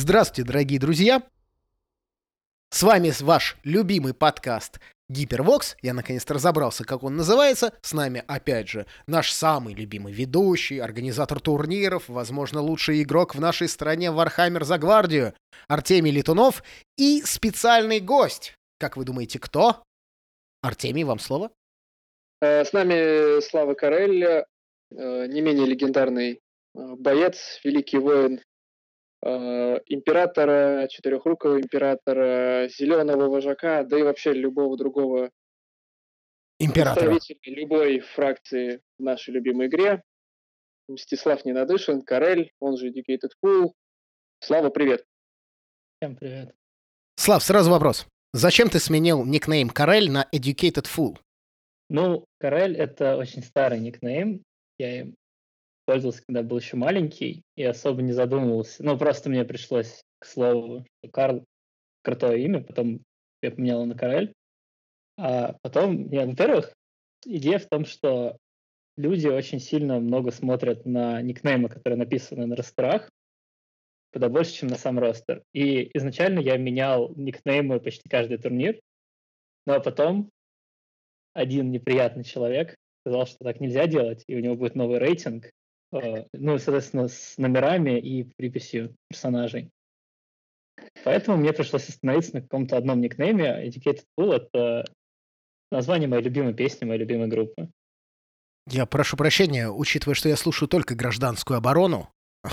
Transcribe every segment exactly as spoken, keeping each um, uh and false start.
Здравствуйте, дорогие друзья! С вами ваш любимый подкаст Гипервокс. Я наконец-то разобрался, как он называется. С нами, опять же, наш самый любимый ведущий, организатор турниров, возможно, лучший игрок в нашей стране Warhammer за Гвардию, Артемий Летунов, и специальный гость. Как вы думаете, кто? Артемий, вам слово. С нами Слава Карель, не менее легендарный боец, великий воин императора, четырехрукого императора, зеленого вожака, да и вообще любого другого Императора. представителя любой фракции в нашей любимой игре. Мстислав Ненадышин, Карель, он же Educated Fool. Слава, привет. Всем привет. Слав, сразу вопрос. Зачем ты сменил никнейм Карель на Educated Fool? Ну, Карель — это очень старый никнейм. Я им пользовался, когда был еще маленький, и особо не задумывался. Ну, просто мне пришлось к слову, что Карл — крутое имя, потом я поменял на Карель. А потом, я, во-первых, идея в том, что люди очень сильно много смотрят на никнеймы, которые написаны на ростерах, куда больше, чем на сам ростер. И изначально я менял никнеймы почти каждый турнир, но потом один неприятный человек сказал, что так нельзя делать, и у него будет новый рейтинг, э, ну, соответственно, с номерами и приписью персонажей. Поэтому мне пришлось остановиться на каком-то одном никнейме. Educated Fool — это название моей любимой песни, моей любимой группы. Я прошу прощения, учитывая, что я слушаю только гражданскую оборону.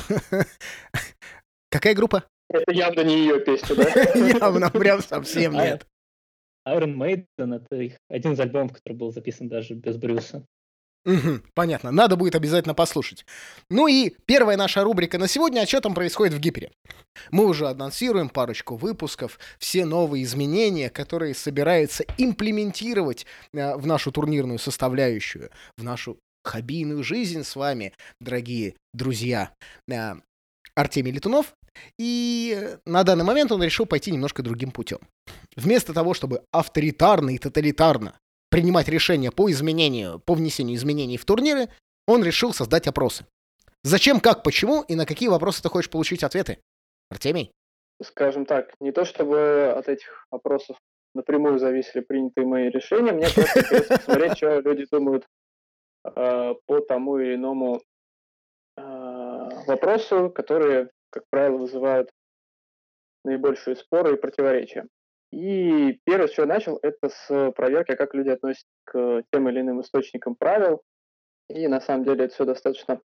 Какая группа? Это явно не ее песня, да? Явно, прям совсем нет. Iron Maiden — это их один из альбомов, который был записан даже без Брюса. Угу, понятно, надо будет обязательно послушать. Ну и первая наша рубрика на сегодня, а что там происходит в Гипере. Мы уже анонсируем парочку выпусков, все новые изменения, которые собираются имплементировать э, в нашу турнирную составляющую, в нашу хоббийную жизнь с вами, дорогие друзья. Э, Артемий Летунов. И на данный момент он решил пойти немножко другим путем. Вместо того, чтобы авторитарно и тоталитарно принимать решения по изменению, по внесению изменений в турниры, он решил создать опросы. Зачем, как, почему и на какие вопросы ты хочешь получить ответы? Артемий? Скажем так, не то чтобы от этих опросов напрямую зависели принятые мои решения, мне просто интересно посмотреть, что люди думают э, по тому или иному э, вопросу, которые, как правило, вызывают наибольшие споры и противоречия. И первое, с чего я начал, это с проверки, как люди относятся к тем или иным источникам правил. И на самом деле это все достаточно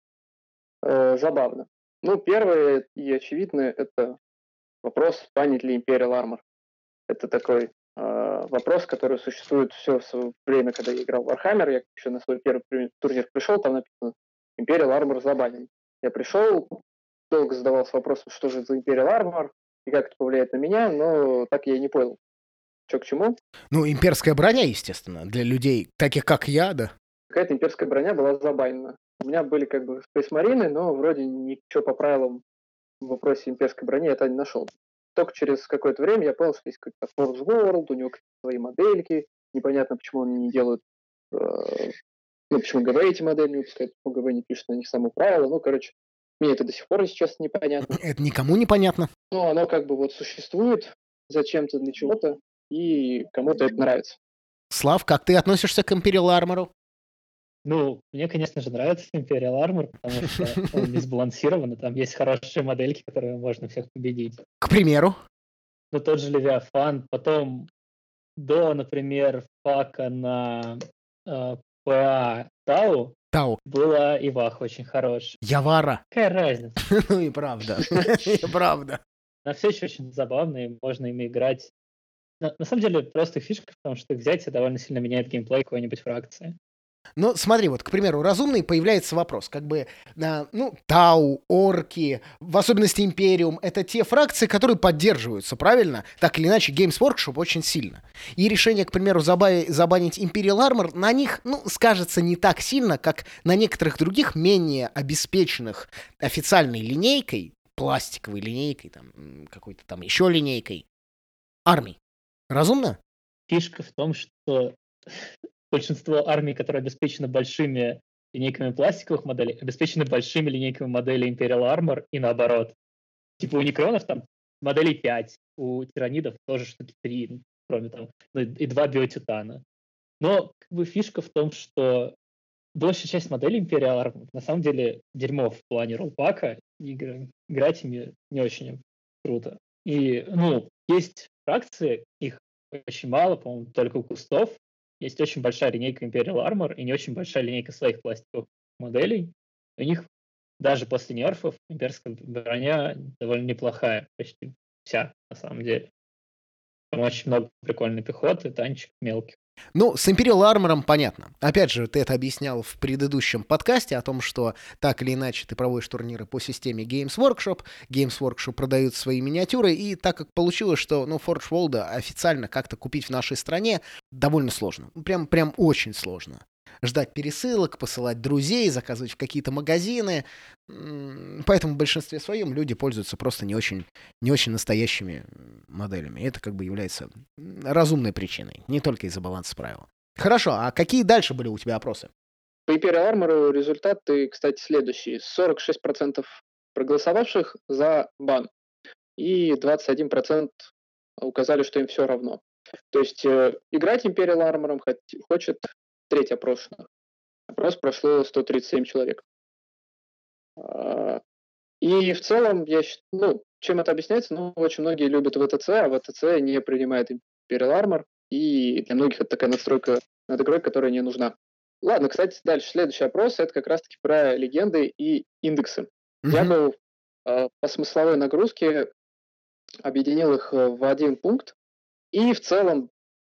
э, забавно. Ну, первое и очевидное — это вопрос, банит ли Imperial Armor. Это такой э, вопрос, который существует все в время, когда я играл в Warhammer. Я еще на свой первый турнир пришел, там написано Imperial Armor забанен. Я пришел, долго задавался вопросом, что же за Imperial Armor и как это повлияет на меня, но так я и не понял, что к чему. Ну, имперская броня, естественно, для людей, таких как я, да. Какая-то имперская броня была забанена. У меня были как бы Space Marine, но вроде ничего по правилам в вопросе имперской брони я не нашел. Только через какое-то время я понял, что есть какой-то Force World, у него какие-то свои модельки, непонятно, почему они не делают, э, ну, почему ГВ эти модели не выпускают, почему ГВ не пишет на них самые правила, ну, короче, мне это до сих пор, если честно, непонятно. Это никому непонятно. Но оно как бы вот существует зачем-то, для чего-то, и кому-то это нравится. Слав, как ты относишься к Imperial Armor? Ну, мне, конечно же, нравится Imperial Armor, потому что он не сбалансирован, и там есть хорошие модельки, которые можно всех победить. К примеру? Ну, тот же Левиафан, потом до, например, фака на э, ПА Тау, Тау. была Ивах очень хорош. Явара. Какая разница? Ну и правда. И правда. Она все еще очень забавная, и можно ими играть. На, на самом деле, просто фишка в том, что их взять, и довольно сильно меняет геймплей какой-нибудь фракции. Ну, смотри, вот, к примеру, разумный появляется вопрос, как бы, а, ну, Тау, Орки, в особенности Империум, это те фракции, которые поддерживаются, правильно? Так или иначе, Games Workshop очень сильно. И решение, к примеру, заба- забанить Imperial Armor на них, ну, скажется не так сильно, как на некоторых других менее обеспеченных официальной линейкой, пластиковой линейкой, там, какой-то там еще линейкой, армий. Разумно? Фишка в том, что большинство армий, которые обеспечены большими линейками пластиковых моделей, обеспечены большими линейками моделей Imperial Armor и наоборот. Типа у Некронов там моделей пять, у Тиранидов тоже штуки три, кроме того, ну, и два биотитана. Но как бы фишка в том, что большая часть моделей Imperial Armor на самом деле дерьмо в плане роллбака, и игра- играть ими не очень круто. И, ну, есть фракции, их очень мало, по-моему, только у кустов. Есть очень большая линейка Imperial Armor и не очень большая линейка своих пластиковых моделей. У них даже после нерфов имперская броня довольно неплохая, почти вся, на самом деле. Там очень много прикольной пехоты, танчиков мелких. Ну, с Imperial Armor понятно. Опять же, ты это объяснял в предыдущем подкасте о том, что так или иначе ты проводишь турниры по системе Games Workshop, Games Workshop продают свои миниатюры, и так как получилось, что, ну, Forge World официально как-то купить в нашей стране довольно сложно. Прям, прям очень сложно. Ждать пересылок, посылать друзей, заказывать в какие-то магазины. М, Поэтому в большинстве своем люди пользуются просто не очень, не очень настоящими моделями. И это как бы является м, разумной причиной, не только из-за баланса правил. Хорошо, а какие дальше были у тебя опросы? По Imperial Armor результаты, кстати, следующие. сорок шесть процентов проголосовавших за бан и двадцать один процент указали, что им все равно. То есть э, играть Imperial Armor хот- хочет треть опрошенных. Опрос прошло сто тридцать семь человек. А, И в целом, я, щ- ну, чем это объясняется? Ну, очень многие любят ви ти си, а ви ти си не принимает Imperial Armor, и для многих это такая надстройка над игрой, которая не нужна. Ладно, кстати, дальше. Следующий опрос – это как раз-таки про легенды и индексы. Я Мгм. бы э, по смысловой нагрузке объединил их э, в один пункт, и в целом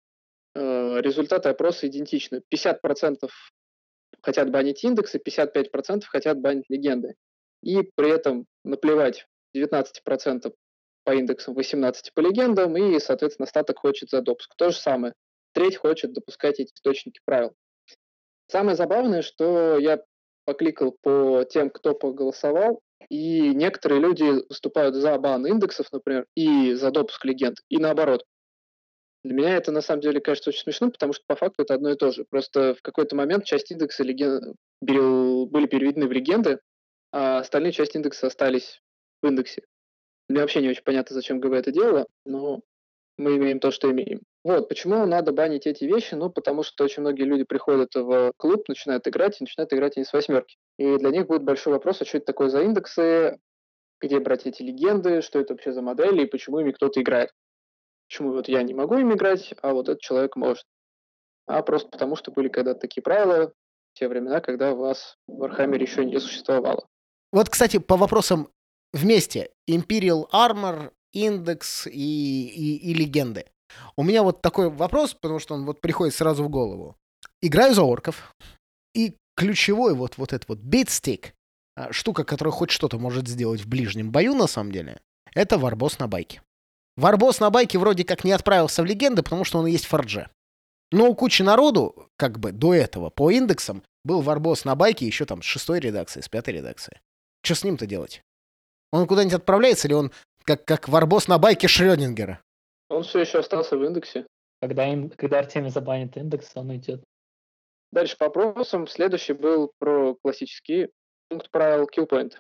э, результаты опроса идентичны. пятьдесят процентов хотят банить индексы, пятьдесят пять процентов хотят банить легенды. И при этом наплевать девятнадцать процентов по индексам, восемнадцать по легендам, и, соответственно, остаток хочет за допуск. То же самое. Треть хочет допускать эти источники правил. Самое забавное, что я покликал по тем, кто проголосовал, и некоторые люди выступают за бан индексов, например, и за допуск легенд, и наоборот. Для меня это на самом деле кажется очень смешным, потому что по факту это одно и то же. Просто в какой-то момент часть индекса леген... берел- были переведены в легенды, а остальные части индекса остались в индексе. Мне вообще не очень понятно, зачем ГБ это делало, но мы имеем то, что имеем. Вот, почему надо банить эти вещи? Ну, потому что очень многие люди приходят в клуб, начинают играть, и начинают играть они с восьмерки. И для них будет большой вопрос, а что это такое за индексы, где брать эти легенды, что это вообще за модели, и почему ими кто-то играет. Почему вот я не могу им играть, а вот этот человек может. А просто потому, что были когда-то такие правила, в те времена, когда вас в Warhammer еще не существовало. Вот, кстати, по вопросам вместе. Imperial Armor, индекс и, и, и легенды. У меня вот такой вопрос, потому что он вот приходит сразу в голову. Играю за орков, и ключевой вот, вот этот вот битстик, а, штука, которая хоть что-то может сделать в ближнем бою, на самом деле, это варбос на байке. Варбос на байке вроде как не отправился в легенды, потому что он и есть в Фордже. Но у кучи народу, как бы до этого, по индексам, был варбос на байке еще там с шестой редакции, с пятой редакции. Что с ним-то делать? Он куда-нибудь отправляется, или он как, как варбос на байке Шрёдингера? Он все еще остался в индексе. Когда, им, когда Артемий забанит индекс, он уйдет. Дальше по вопросам. Следующий был про классический пункт правил killpoint.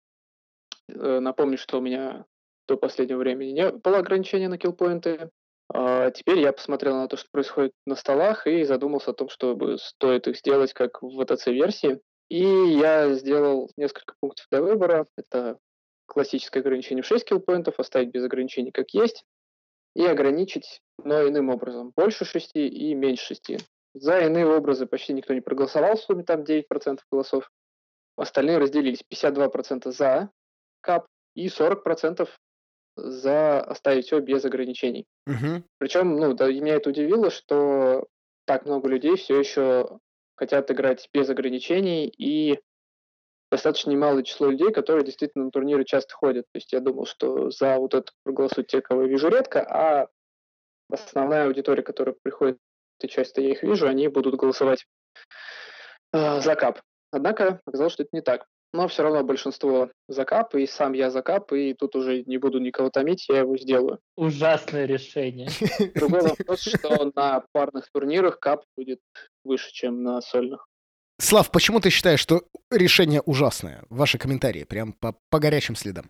Э, Напомню, что у меня до последнего времени не было ограничения на киллпоинты. А теперь я посмотрел на то, что происходит на столах, и задумался о том, чтобы стоит их сделать как в ви ти си-версии. И я сделал несколько пунктов для выбора. Это классическое ограничение в шесть киллпоинтов, оставить без ограничений как есть, и ограничить, но иным образом. Больше шести и меньше шести. За иные образы почти никто не проголосовал, в сумме там девять процентов голосов. Остальные разделились. пятьдесят два процента за кап и сорок процентов за оставить все без ограничений. Угу. Причем, ну, да, и меня это удивило, что так много людей все еще хотят играть без ограничений, и достаточно немалое число людей, которые действительно на турниры часто ходят. То есть я думал, что за вот это проголосуют те, кого я вижу редко, а основная аудитория, которая приходит, и часто я их вижу, они будут голосовать э, за кап. Однако оказалось, что это не так. Но все равно большинство за кап, и сам я за кап, и тут уже не буду никого томить, я его сделаю. Ужасное решение. Другой вопрос, что на парных турнирах кап будет выше, чем на сольных. Слав, почему ты считаешь, что решение ужасное? Ваши комментарии, прям по, по горячим следам.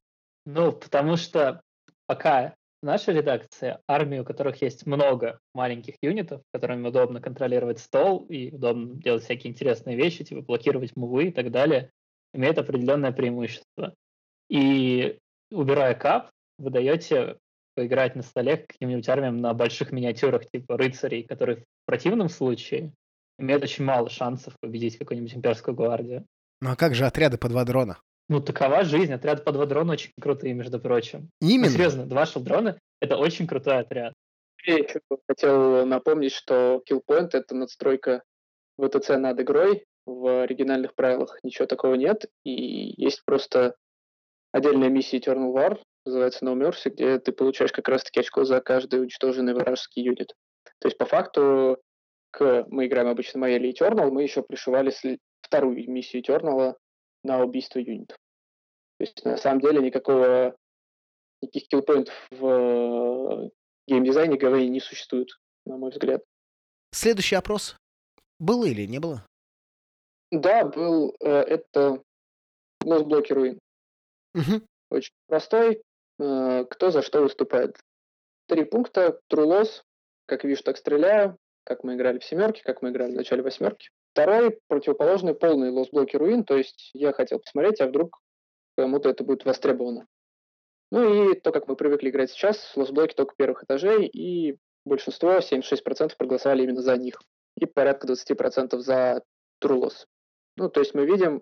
Ну, потому что пока в нашей редакции армии, у которых есть много маленьких юнитов, которыми удобно контролировать стол и удобно делать всякие интересные вещи, типа блокировать мувы и так далее, имеет определенное преимущество. И убирая кап, вы даете поиграть на столе каким-нибудь армиям на больших миниатюрах, типа рыцарей, которые в противном случае имеют очень мало шансов победить какую-нибудь имперскую гвардию. Ну а как же отряды по два дрона? Ну, такова жизнь. Отряд по два дрона очень крутые, между прочим. Ну, Именно. серьезно, два шелдрона — это очень крутой отряд. Я еще хотел напомнить, что Killpoint — это надстройка вэ тэ цэ над игрой. В оригинальных правилах ничего такого нет. И есть просто отдельная миссия Eternal War, называется No Mercy, где ты получаешь как раз-таки очко за каждый уничтоженный вражеский юнит. То есть, по факту, к... мы играем обычно Маэль и Eternal, мы еще пришивали сли- вторую миссию Eternal на убийство юнитов. То есть, на самом деле, никакого никаких киллпоинтов в э, геймдизайне ГВ не существует, на мой взгляд. Следующий опрос. Было или не было? Да, был э, это Lost Blocky Ruin. Угу. Очень простой. Э, кто за что выступает. Три пункта. True Loss. Как вижу, так стреляю. Как мы играли в семерке, как мы играли в начале восьмерки. Второй, противоположный, полный Lost Blocky Ruin. То есть я хотел посмотреть, а вдруг кому-то это будет востребовано. Ну и то, как мы привыкли играть сейчас, лост-блоки только первых этажей, и большинство, семьдесят шесть процентов, проголосовали именно за них. И порядка двадцать процентов за True Loss. Ну, то есть мы видим,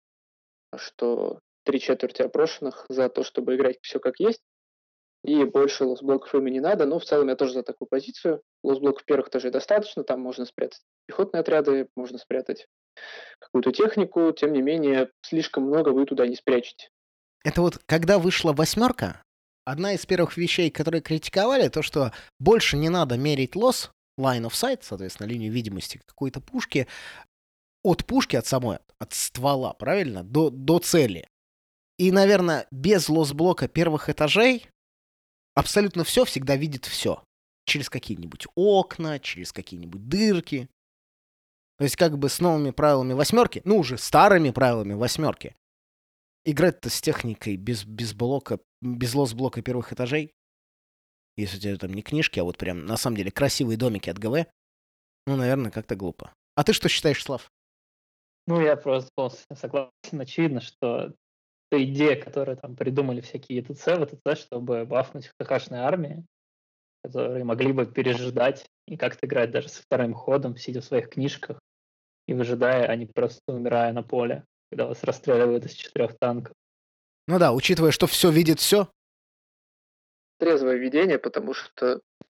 что три четверти опрошенных за то, чтобы играть все как есть, и больше лост-блоков им и не надо, но в целом я тоже за такую позицию. Лост-блоков первых этажей достаточно, там можно спрятать пехотные отряды, можно спрятать какую-то технику, тем не менее, слишком много вы туда не спрячете. Это вот когда вышла восьмерка, одна из первых вещей, которые критиковали, то, что больше не надо мерить лосс, line of sight, соответственно, линию видимости какой-то пушки, от пушки, от самой, от ствола, правильно, до, до цели. И, наверное, без лосс-блока первых этажей абсолютно все всегда видит все. Через какие-нибудь окна, через какие-нибудь дырки. То есть как бы с новыми правилами восьмерки, ну уже старыми правилами восьмерки, играть-то с техникой без, без блока, без лосс-блока первых этажей, если у тебя там не книжки, а вот прям на самом деле красивые домики от ГВ, ну, наверное, как-то глупо. А ты что считаешь, Слав? Ну, я просто полностью согласен. Очевидно, что та идея, которую там придумали всякие ИТЦ, ВТЦ, чтобы бафнуть ХХшные армии, которые могли бы пережидать и как-то играть даже со вторым ходом, сидя в своих книжках и выжидая, а не просто умирая на поле, когда вас расстреливают из четырех танков. Ну да, учитывая, что все видит все. Трезвое видение, потому что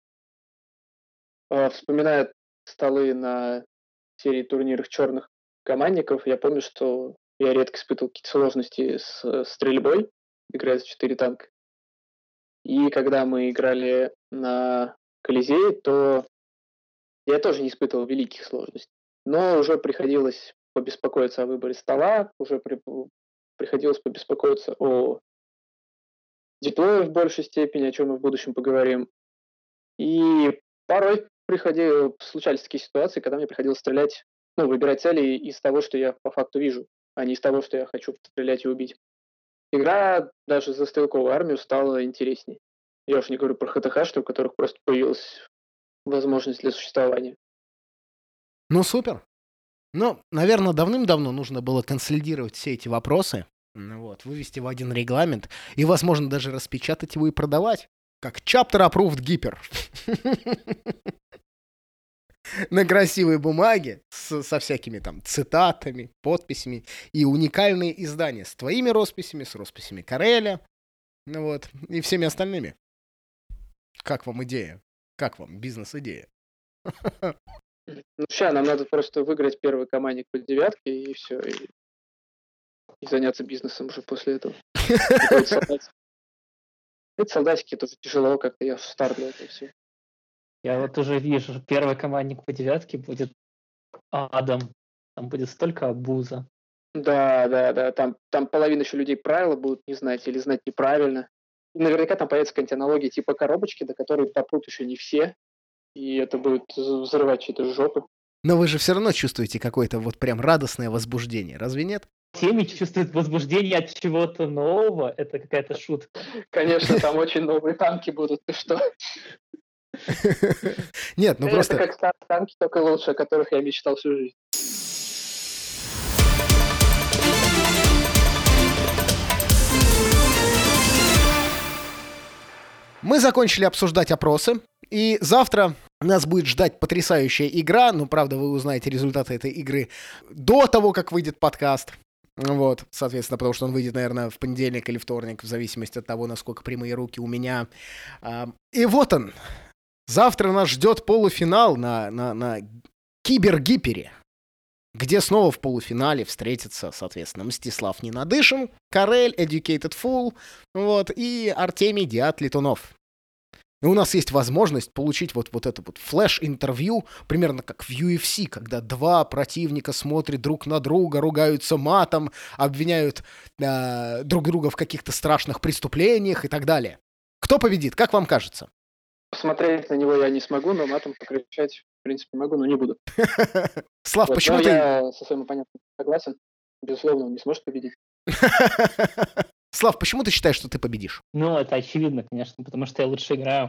э, вспоминая столы на серии турниров черных командников, я помню, что я редко испытывал какие-то сложности с э, стрельбой, играя за четыре танка. И когда мы играли на Колизее, то я тоже не испытывал великих сложностей. Но уже приходилось побеспокоиться о выборе стола, уже при, приходилось побеспокоиться о деплое в большей степени, о чем мы в будущем поговорим. И порой приходили, случались такие ситуации, когда мне приходилось стрелять, ну, выбирать цели из того, что я по факту вижу, а не из того, что я хочу стрелять и убить. Игра даже за стрелковую армию стала интереснее. Я уж не говорю про ХТХ, у которых просто появилась возможность для существования. Ну, супер. Ну, наверное, давным-давно нужно было консолидировать все эти вопросы, ну вот, вывести в один регламент и, возможно, даже распечатать его и продавать, как Chapter Approved Gipper. На красивой бумаге с, со всякими там цитатами, подписями и уникальные издания с твоими росписями, с росписями Кареля, ну вот, и всеми остальными. Как вам идея? Как вам бизнес-идея? Ну, сейчас нам надо просто выиграть первый командник по девятке, и все, и, и заняться бизнесом уже после этого. Это солдатики, это уже тяжело как-то, я стар для этого все. Я вот уже вижу, первый командник по девятке будет адом. Там будет столько абуза. Да, да, да. Там, там половина еще людей правила будут не знать или знать неправильно. И наверняка там появится какая-нибудь аналогия типа коробочки, до которой допрут еще не все. И это будет взрывать чьи-то жопы. Но вы же все равно чувствуете какое-то вот прям радостное возбуждение, разве нет? Артемий чувствует возбуждение от чего-то нового. Это какая-то шутка. Конечно, там очень новые танки будут, ты что? Нет, ну Это просто... как старые танки, только лучше, о которых я мечтал всю жизнь. Мы закончили обсуждать опросы, и завтра нас будет ждать потрясающая игра. Ну, правда, вы узнаете результаты этой игры до того, как выйдет подкаст. Вот, соответственно, потому что он выйдет, наверное, в понедельник или вторник, в зависимости от того, насколько прямые руки у меня. И вот он. Завтра нас ждет полуфинал на, на, на Кибергипере, где снова в полуфинале встретятся, соответственно, Мстислав Ненадышин, Карель, Educated Fool, вот, и Артемий Диат Летунов. И у нас есть возможность получить вот, вот это вот флеш-интервью, примерно как в ю эф си, когда два противника смотрят друг на друга, ругаются матом, обвиняют э, друг друга в каких-то страшных преступлениях и так далее. Кто победит, как вам кажется? Посмотреть на него я не смогу, но матом покричать, в принципе, могу, но не буду. Слав, Вот, почему но ты... я со своим оппонентом согласен. Безусловно, он не сможет победить. Слав, почему ты считаешь, что ты победишь? Ну, это очевидно, конечно, потому что я лучше играю.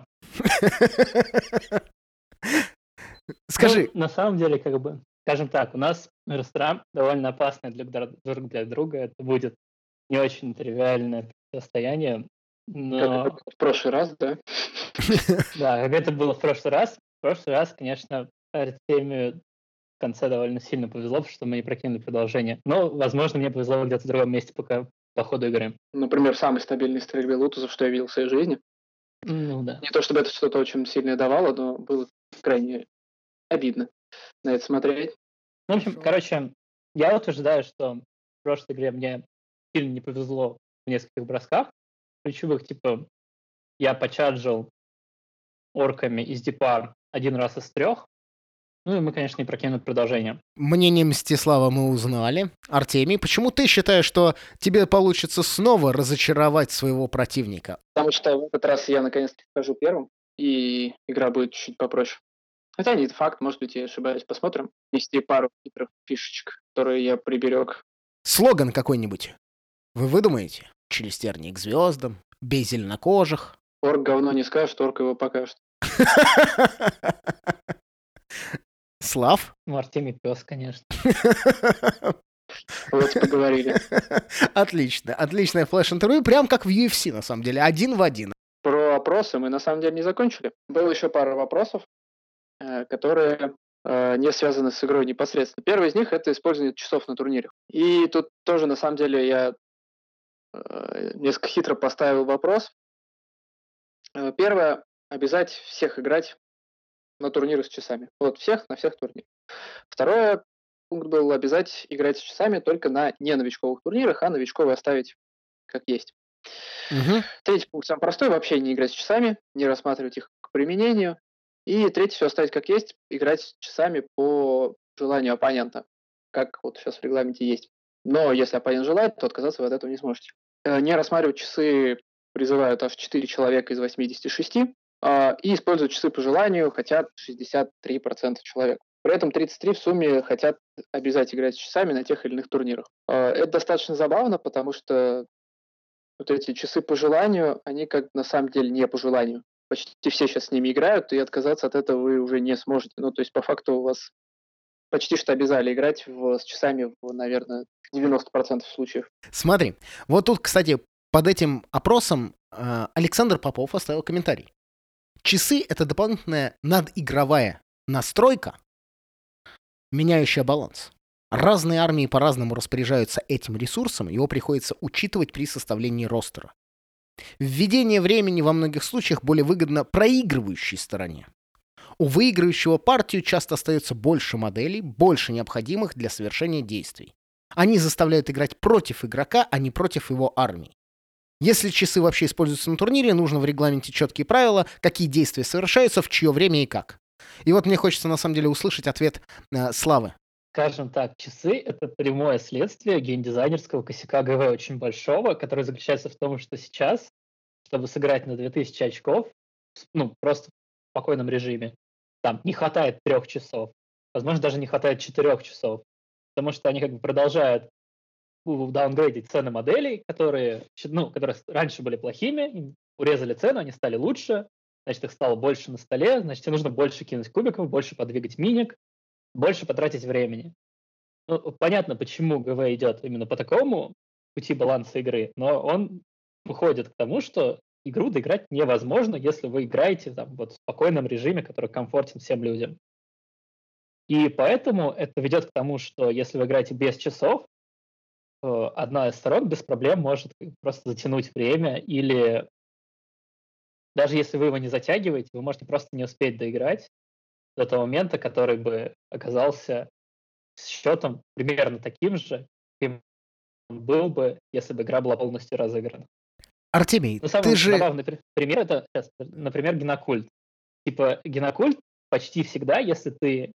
Скажи. Ну, на самом деле, как бы, скажем так, у нас ресторан довольно опасный для друг для друга. Это будет не очень тривиальное состояние. Но... Как это было в прошлый раз, да? Да, как это было в прошлый раз. В прошлый раз, конечно, Артемию в конце довольно сильно повезло, потому что мы не прокинули продолжение. Но, возможно, мне повезло где-то в другом месте пока по ходу игры. Например, самый стабильный стрельбе лутузов, что я видел в своей жизни. Ну да. Не то чтобы это что-то очень сильное давало, но было крайне обидно на это смотреть. В общем, Хорошо. короче, я утверждаю, что в прошлой игре мне сильно не повезло в нескольких бросках. Ключевых, типа, я почарджил орками из дипа один раз из трех. Ну и мы, конечно, не прокинули продолжение. Мнение Мстислава мы узнали. Артемий, почему ты считаешь, что тебе получится снова разочаровать своего противника? Потому что в этот раз я наконец-то скажу первым, и игра будет чуть попроще. Хотя не факт, может быть, я ошибаюсь. Посмотрим. Есть пару хитрых фишечек, которые я приберег. Слоган какой-нибудь вы выдумаете? Челюстерни к звездам, бей зеленокожих. Орк говно не скажет, орк его покажет. Слав? Ну, Артемий пес, конечно. Вот поговорили. Отлично. Отличное флеш-интервью. Прям как в ю эф си, на самом деле. Один в один. Про вопросы мы на самом деле не закончили. Было еще пара вопросов, которые не связаны с игрой непосредственно. Первый из них — это использование часов на турнирах. И тут тоже, на самом деле, я несколько хитро поставил вопрос. Первое — обязать всех играть на турниры с часами. Вот, всех, на всех турнирах. Второе пункт был обязать играть с часами только на не новичковых турнирах, а новичковые оставить как есть. Угу. Третий пункт самый простой, вообще не играть с часами, не рассматривать их к применению. И третий, все оставить как есть, играть с часами по желанию оппонента, как вот сейчас в регламенте есть. Но если оппонент желает, то отказаться вы от этого не сможете. Не рассматривать часы призывают аж четыре человека из восьмидесяти шести, и использовать часы по желанию хотят шестьдесят три процента человек. При этом тридцать три в сумме хотят обязать играть с часами на тех или иных турнирах. Это достаточно забавно, потому что вот эти часы по желанию, они как на самом деле не по желанию. Почти все сейчас с ними играют, и отказаться от этого вы уже не сможете. Ну, то есть, по факту, у вас почти что обязали играть в, с часами в, наверное, девяносто процентов случаев. Смотри, вот тут, кстати, под этим опросом э, Александр Попов оставил комментарий. Часы — это дополнительная надигровая настройка, меняющая баланс. Разные армии по-разному распоряжаются этим ресурсом, его приходится учитывать при составлении ростера. Введение времени во многих случаях более выгодно проигрывающей стороне. У выигрывающего партию часто остается больше моделей, больше необходимых для совершения действий. Они заставляют играть против игрока, а не против его армии. Если часы вообще используются на турнире, нужно в регламенте четкие правила, какие действия совершаются, в чье время и как. И вот мне хочется на самом деле услышать ответ э, Славы. Скажем так, часы — это прямое следствие геймдизайнерского косяка ГВ очень большого, который заключается в том, что сейчас, чтобы сыграть на две тысячи очков, ну, просто в спокойном режиме, там не хватает трех часов, возможно, даже не хватает четырех часов, потому что они как бы продолжают у- даунгрейдить цены моделей, которые, щ- ну, которые с- раньше были плохими, им урезали цену, они стали лучше, значит, их стало больше на столе, значит, тебе нужно больше кинуть кубиков, больше подвигать миник, больше потратить времени. Ну, понятно, почему ГВ идет именно по такому пути баланса игры, но он уходит к тому, что игру доиграть невозможно, если вы играете там, вот, в спокойном режиме, который комфортен всем людям. И поэтому это ведет к тому, что если вы играете без часов, э, одна из сторон без проблем может как бы просто затянуть время, или даже если вы его не затягиваете, вы можете просто не успеть доиграть до того момента, который бы оказался с счетом примерно таким же, каким он был бы, если бы игра была полностью разыграна. Артемий, Ну, ты самый же... забавный при- пример это, щас, например, Генокульт. Типа, Генокульт почти всегда, если ты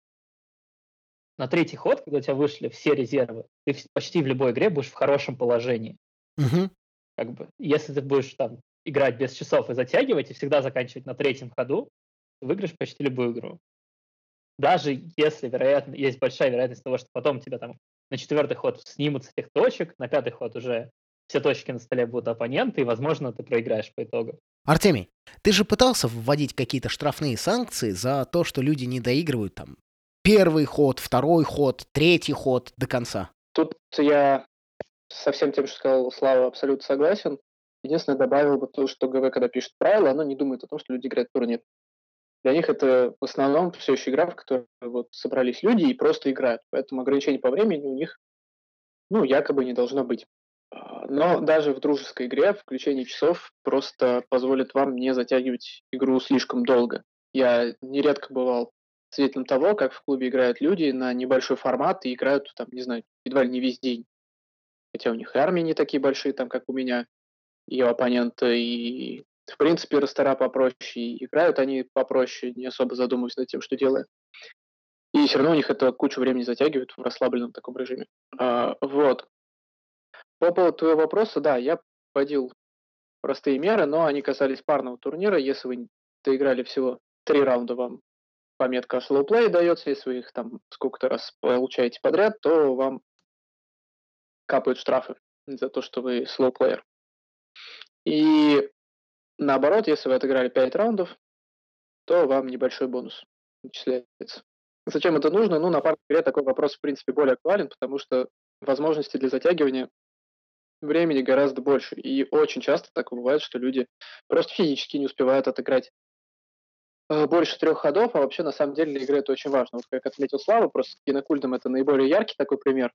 на третий ход, когда у тебя вышли все резервы, ты вс- почти в любой игре будешь в хорошем положении. Мгм. Как бы, если ты будешь там играть без часов и затягивать, и всегда заканчивать на третьем ходу, ты выиграешь почти любую игру. Даже если, вероятно, есть большая вероятность того, что потом тебя там на четвертый ход снимут с этих точек, на пятый ход уже все точки на столе будут оппоненты, и, возможно, ты проиграешь по итогу. Артемий, ты же пытался вводить какие-то штрафные санкции за то, что люди не доигрывают там первый ход, второй ход, третий ход до конца? Тут я со всем тем, что сказал Слава, абсолютно согласен. Единственное, добавил бы то, что ГВ, когда пишет правила, оно не думает о том, что люди играют в турнир. Для них это в основном все еще игра, в которой вот собрались люди и просто играют. Поэтому ограничений по времени у них, ну, якобы не должно быть. А, Но даже в дружеской игре включение часов просто позволит вам не затягивать игру слишком долго. Я нередко бывал свидетелем того, как в клубе играют люди на небольшой формат и играют, там, не знаю, едва ли не весь день. Хотя у них и армии не такие большие, там, как у меня, и у оппонента, и, в принципе, ростера попроще, и играют они попроще, не особо задумываясь над тем, что делают. И все равно у них это кучу времени затягивает в расслабленном таком режиме. А, вот. По поводу твоего вопроса, да, я вводил простые меры, но они касались парного турнира. Если вы доиграли всего три раунда, вам пометка slow play дается. Если вы их там сколько-то раз получаете подряд, то вам капают штрафы за то, что вы slow player. И наоборот, если вы отыграли пять раундов, то вам небольшой бонус начисляется. Зачем это нужно? Ну, на парной игре такой вопрос, в принципе, более актуален, потому что возможности для затягивания времени гораздо больше. И очень часто так бывает, что люди просто физически не успевают отыграть э, больше трех ходов, а вообще на самом деле для игры это очень важно. Вот как отметил Слава, просто с кинокультом это наиболее яркий такой пример.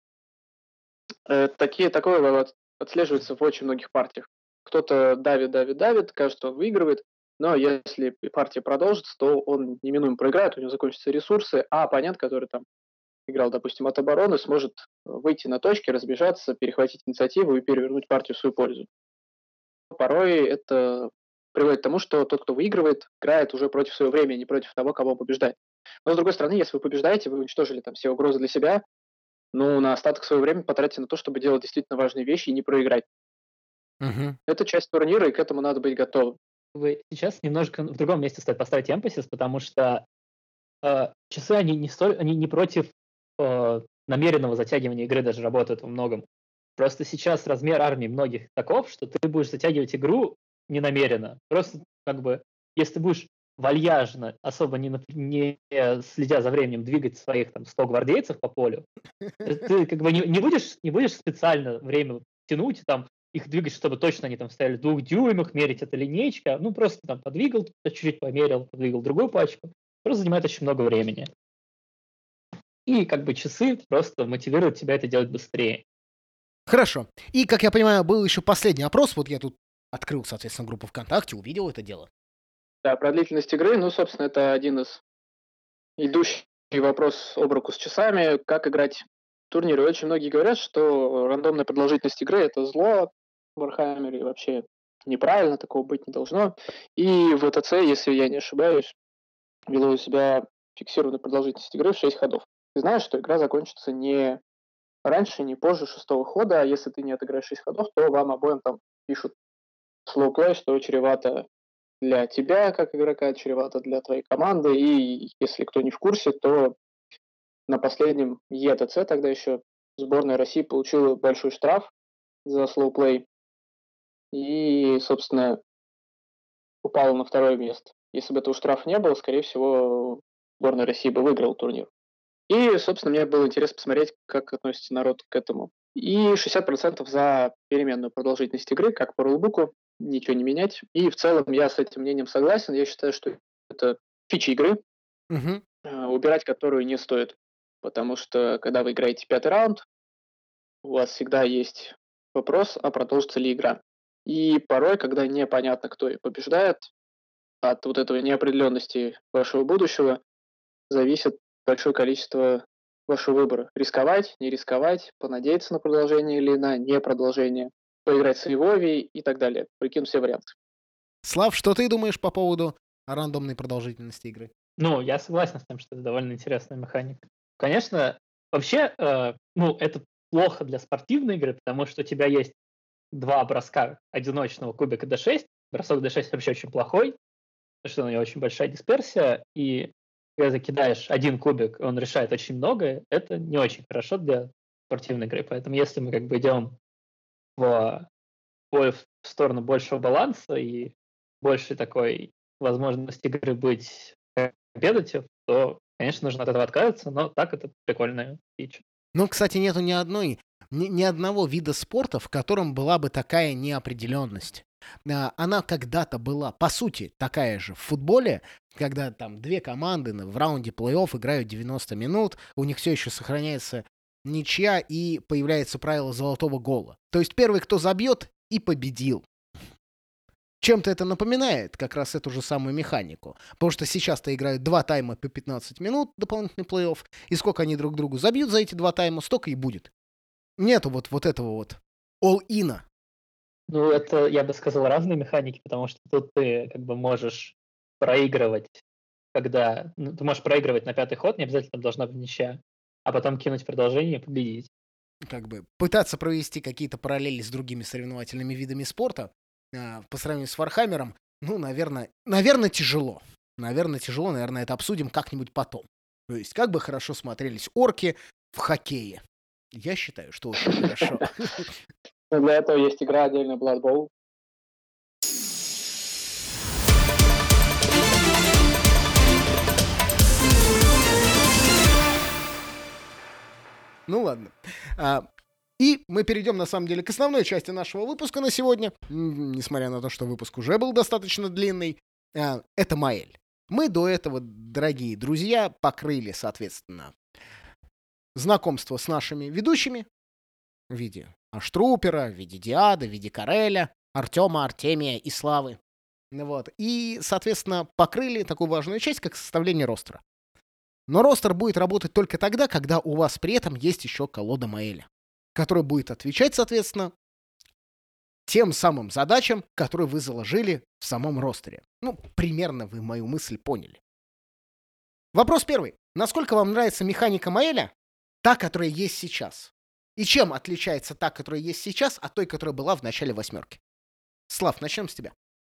Э, такие, такое вот отслеживается в очень многих партиях. Кто-то давит, давит, давит, кажется, он выигрывает, но если партия продолжится, то он неминуемо проиграет, у него закончатся ресурсы, а оппонент, который там играл, допустим, от обороны, сможет выйти на точки, разбежаться, перехватить инициативу и перевернуть партию в свою пользу. Порой это приводит к тому, что тот, кто выигрывает, играет уже против своего времени, не против того, кого побеждает. Но, с другой стороны, если вы побеждаете, вы уничтожили там все угрозы для себя, ну, на остаток своего времени потратьте на то, чтобы делать действительно важные вещи и не проиграть. Мгм. Это часть турнира, и к этому надо быть готовым. Вы сейчас немножко в другом месте стоит поставить эмфасис, потому что э, часы, они не, столь, они не против э, намеренного затягивания игры даже работают во многом. Просто сейчас размер армии многих таков, что ты будешь затягивать игру ненамеренно. Просто как бы, если ты будешь вальяжно, особо не, нап- не следя за временем, двигать своих там сто гвардейцев по полю, э, ты как бы не, не будешь, не будешь специально время тянуть, там, их двигать, чтобы точно они там стояли в двух дюймах, мерить это линейка. Ну, просто там подвигал, чуть-чуть померил, подвигал другую пачку. Просто занимает очень много времени. И как бы часы просто мотивируют тебя это делать быстрее. Хорошо. И, как я понимаю, был еще последний опрос. Вот я тут открыл, соответственно, группу ВКонтакте, увидел это дело. Да, про длительность игры, ну, собственно, это один из идущий вопрос об руку с часами, как играть в турнире. Очень многие говорят, что рандомная продолжительность игры – это зло в Warhammer, и вообще неправильно, такого быть не должно. И в ВТЦ, если я не ошибаюсь, ввело у себя фиксированную продолжительность игры в шесть ходов. Ты знаешь, что игра закончится не раньше, не позже шестого хода, а если ты не отыграешь шесть ходов, то вам обоим там пишут slow play, что чревато для тебя, как игрока, чревато для твоей команды, и если кто не в курсе, то на последнем и тэ цэ тогда еще сборная России получила большой штраф за слоуплей и, собственно, упала на второе место. Если бы этого штрафа не было, скорее всего, сборная России бы выиграла турнир. И, собственно, мне было интересно посмотреть, как относится народ к этому. И шестьдесят процентов за переменную продолжительность игры, как по рулбуку, ничего не менять. И в целом я с этим мнением согласен. Я считаю, что это фича игры, Мгм. э, убирать которую не стоит. Потому что, когда вы играете пятый раунд, у вас всегда есть вопрос, а продолжится ли игра. И порой, когда непонятно, кто и побеждает, от вот этого неопределенности вашего будущего зависит большое количество вашего выбора. Рисковать, не рисковать, понадеяться на продолжение или на непродолжение, поиграть с Ивови и так далее. Прикинь все варианты. Слав, что ты думаешь по поводу рандомной продолжительности игры? Ну, я согласен с тем, что это довольно интересная механика. Конечно, вообще, э, ну, это плохо для спортивной игры, потому что у тебя есть два броска одиночного кубика дэ шесть. Бросок дэ шесть вообще очень плохой, потому что у него очень большая дисперсия, и когда ты кидаешь один кубик, он решает очень многое, это не очень хорошо для спортивной игры. Поэтому если мы как бы идем в, в сторону большего баланса и больше такой возможности игры быть competitive, то, конечно, нужно от этого отказываться, но так это прикольная фича. Ну, кстати, нету ни одной, ни, ни одного вида спорта, в котором была бы такая неопределенность. А, Она когда-то была, по сути, такая же в футболе, когда там две команды на- в раунде плей-офф играют девяносто минут, у них все еще сохраняется ничья и появляется правило золотого гола. То есть первый, кто забьет, и победил. Чем-то это напоминает как раз эту же самую механику. Потому что сейчас-то играют два тайма по пятнадцать минут, дополнительный плей-офф, и сколько они друг другу забьют за эти два тайма, столько и будет. Нету вот, вот этого вот all-ина. Ну, это, я бы сказал, разные механики, потому что тут ты как бы можешь проигрывать, когда... Ну, ты можешь проигрывать на пятый ход, не обязательно там должна быть ничья, а потом кинуть продолжение и победить. Как бы пытаться провести какие-то параллели с другими соревновательными видами спорта а, по сравнению с Вархаммером, ну, наверное, наверное, тяжело. Наверное, тяжело, наверное, это обсудим как-нибудь потом. То есть, как бы хорошо смотрелись орки в хоккее. Я считаю, что очень хорошо. Но для этого есть игра отдельно Blood Bowl. Ну ладно. А, И мы перейдем, на самом деле, к основной части нашего выпуска на сегодня. М, Несмотря на то, что выпуск уже был достаточно длинный. А, Это Маэль. Мы до этого, дорогие друзья, покрыли, соответственно, знакомство с нашими ведущими в виде Аштрупера, в виде Диады, в виде Кареля, Артема, Артемия и Славы. Ну Вот. И, соответственно, покрыли такую важную часть, как составление ростера. Но ростер будет работать только тогда, когда у вас при этом есть еще колода Маэля, которая будет отвечать, соответственно, тем самым задачам, которые вы заложили в самом ростере. Ну, примерно вы мою мысль поняли. Вопрос первый. Насколько вам нравится механика Маэля, та, которая есть сейчас? И чем отличается та, которая есть сейчас, от той, которая была в начале восьмерки? Слав, начнем с тебя.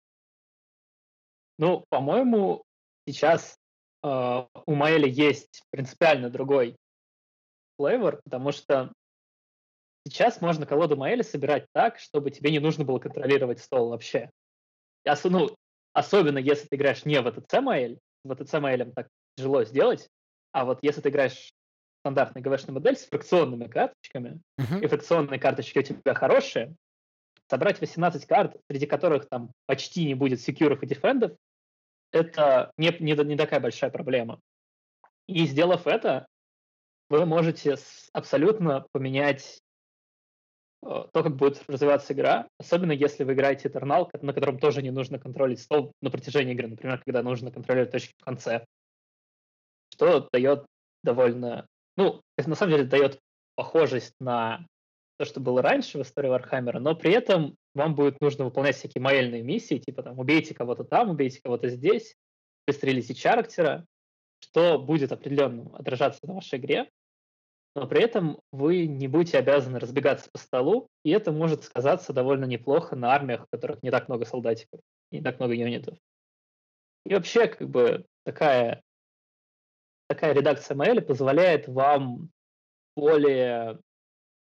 Ну, по-моему, сейчас э, у Маэля есть принципиально другой флейвор, потому что сейчас можно колоду Маэля собирать так, чтобы тебе не нужно было контролировать стол вообще. И ос- ну, особенно если ты играешь не в эй ти си Маэль, в эй ти си Маэлем так тяжело сделать, а вот если ты играешь в стандартную ГВшную модель с фракционными карточками, и фракционные карточки у тебя хорошие, собрать восемнадцать карт, среди которых там почти не будет секьюров и дефендов, это не, не, не такая большая проблема. И сделав это, вы можете с- абсолютно поменять э, то, как будет развиваться игра, особенно если вы играете Этернал, на котором тоже не нужно контролить стол на протяжении игры, например, когда нужно контролировать точки в конце, что дает довольно... Ну, это на самом деле дает похожесть на то, что было раньше в истории Вархаммера, но при этом вам будет нужно выполнять всякие маэльные миссии, типа там убейте кого-то там, убейте кого-то здесь, пристрелите чарактера, что будет определенно отражаться на вашей игре, но при этом вы не будете обязаны разбегаться по столу, и это может сказаться довольно неплохо на армиях, в которых не так много солдатиков, не так много юнитов. И вообще, как бы, такая, такая редакция Маэля позволяет вам более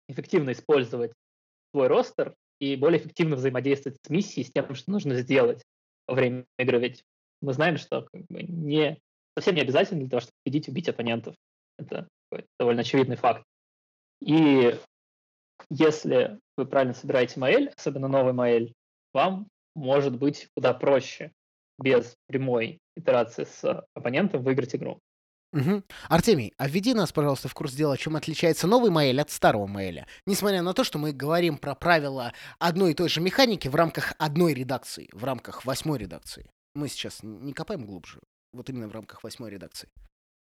эффективно использовать свой ростер и более эффективно взаимодействовать с миссией, с тем, что нужно сделать во время игры. Ведь мы знаем, что как бы, не, совсем не обязательно для того, чтобы победить, убить оппонентов. Это такой довольно очевидный факт. И если вы правильно собираете Маэль, особенно новый Маэль, вам может быть куда проще без прямой итерации с оппонентом выиграть игру. Мгм. Артемий, а введи нас, пожалуйста, в курс дела, чем отличается новый Маэль от старого Маэля. Несмотря на то, что мы говорим про правила одной и той же механики в рамках одной редакции, в рамках восьмой редакции. Мы сейчас не копаем глубже, вот именно в рамках восьмой редакции.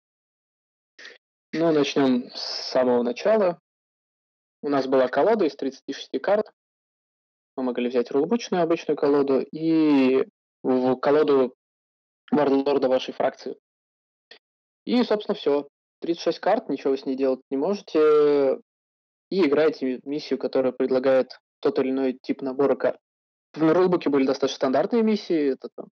Ну, начнем с самого начала. У нас была колода из тридцати шести карт. Мы могли взять рулбучную обычную колоду и в колоду варлорда вашей фракции. И, собственно, все. тридцать шесть карт, ничего вы с ней делать не можете. И играете миссию, которая предлагает тот или иной тип набора карт. В рулбуке были достаточно стандартные миссии. Это там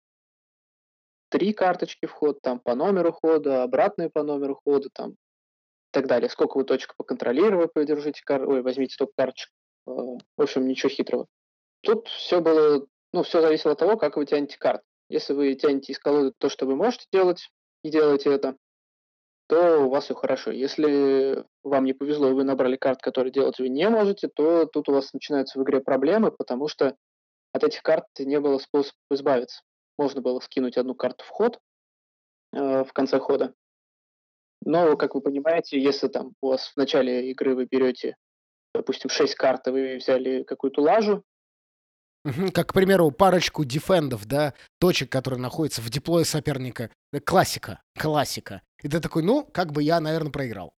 три карточки в ход, там по номеру хода, обратные по номеру хода, там и так далее. Сколько вы точек поконтролировать, подержите кар... Ой, возьмите столько карточек. Э, В общем, ничего хитрого. Тут все было, ну, все зависело от того, как вы тянете карт. Если вы тянете из колоды то, что вы можете делать, и делаете это, то у вас все хорошо. Если вам не повезло, и вы набрали карт, которые делать вы не можете, то тут у вас начинаются в игре проблемы, потому что от этих карт не было способа избавиться. Можно было скинуть одну карту в ход э, в конце хода. Но, как вы понимаете, если там у вас в начале игры вы берете, допустим, шесть карт, и вы взяли какую-то лажу, Мгм. Как, к примеру, парочку дефендов, да, точек, которые находятся в диплое соперника. Э, Классика, классика. И ты такой, ну, как бы я, наверное, проиграл.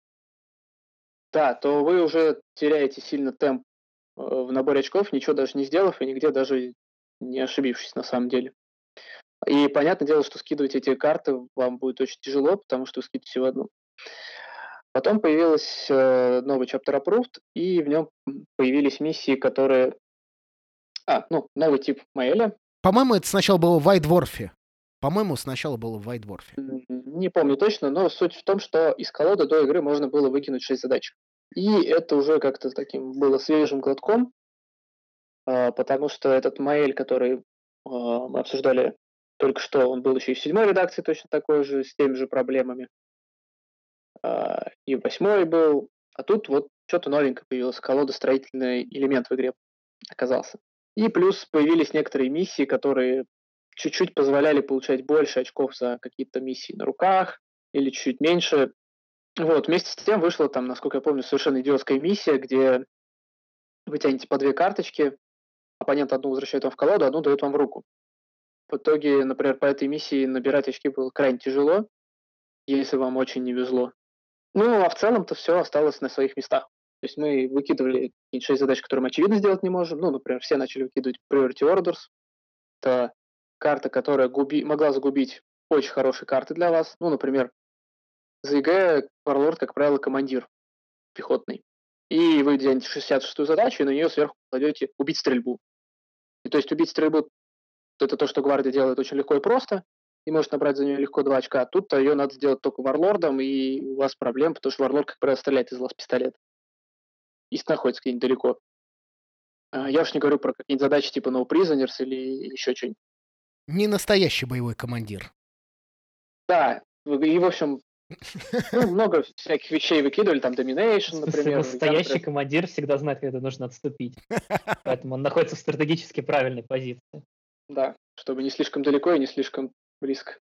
да, то вы уже теряете сильно темп э, в наборе очков, ничего даже не сделав и нигде даже не ошибившись на самом деле. И понятное дело, что скидывать эти карты вам будет очень тяжело, потому что вы скидываете всего одну. Потом появился э, новый Chapter Approved, и в нем появились миссии, которые... А, ну, новый тип Маэля. По-моему, это сначала было в White Dwarf. По-моему, сначала было в White Dwarf. М, Не помню точно, но суть в том, что из колоды до игры можно было выкинуть шесть задач. И это уже как-то таким было свежим глотком, а, потому что этот Маэль, который а, мы обсуждали только что, он был еще и в седьмой редакции точно такой же, с теми же проблемами. А, и в восьмой был. А тут вот что-то новенькое появилось. Колодостроительный элемент в игре оказался. И плюс появились некоторые миссии, которые чуть-чуть позволяли получать больше очков за какие-то миссии на руках или чуть-чуть меньше. Вот, вместе с тем вышла там, насколько я помню, совершенно идиотская миссия, где вы тянете по две карточки, оппонент одну возвращает вам в колоду, одну дает вам в руку. В итоге, например, по этой миссии набирать очки было крайне тяжело, если вам очень не везло. Ну, а в целом-то все осталось на своих местах. То есть мы выкидывали какие-нибудь шесть задач, которые мы, очевидно, сделать не можем. Ну, например, все начали выкидывать Priority Orders. Это карта, которая губи... могла загубить очень хорошие карты для вас. Ну, например, за ЕГЭ Warlord, как правило, командир пехотный. И вы делаете шестьдесят шестую задачу, и на нее сверху кладете убить стрельбу. И то есть убить стрельбу это то, что гвардия делает очень легко и просто, и может набрать за нее легко два очка. А тут ее надо сделать только варлордом, и у вас проблем, потому что варлорд, как правило, стреляет из вас пистолета. И находится где-нибудь далеко. А, Я уж не говорю про какие-нибудь задачи типа No Prisoners или еще что-нибудь. Не настоящий боевой командир. Да, и, в общем, ну, много всяких вещей выкидывали, там Domination, В смысле, например. Я, настоящий например, командир всегда знает, когда нужно отступить. Поэтому он находится в стратегически правильной позиции. да, чтобы не слишком далеко и не слишком близко.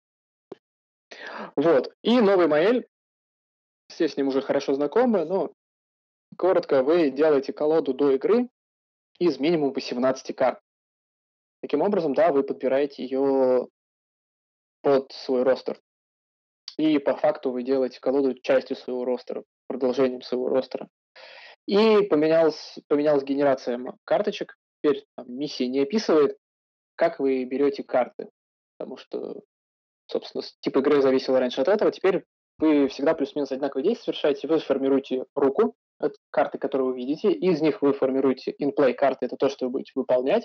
Вот. И новый Маэль, все с ним уже хорошо знакомы, но коротко, вы делаете колоду до игры из минимум восемнадцати карт. Таким образом, да, вы подбираете ее под свой ростер. И по факту вы делаете колоду частью своего ростера, продолжением своего ростера. И поменялась, поменялась генерация м- карточек. Теперь там, миссия не описывает, как вы берете карты. Потому что, собственно, с- тип игры зависел раньше от этого. Теперь вы всегда плюс-минус одинаковые действия совершаете. Вы формируете руку, это карты, которые вы видите. Из них вы формируете in-play карты, это то, что вы будете выполнять.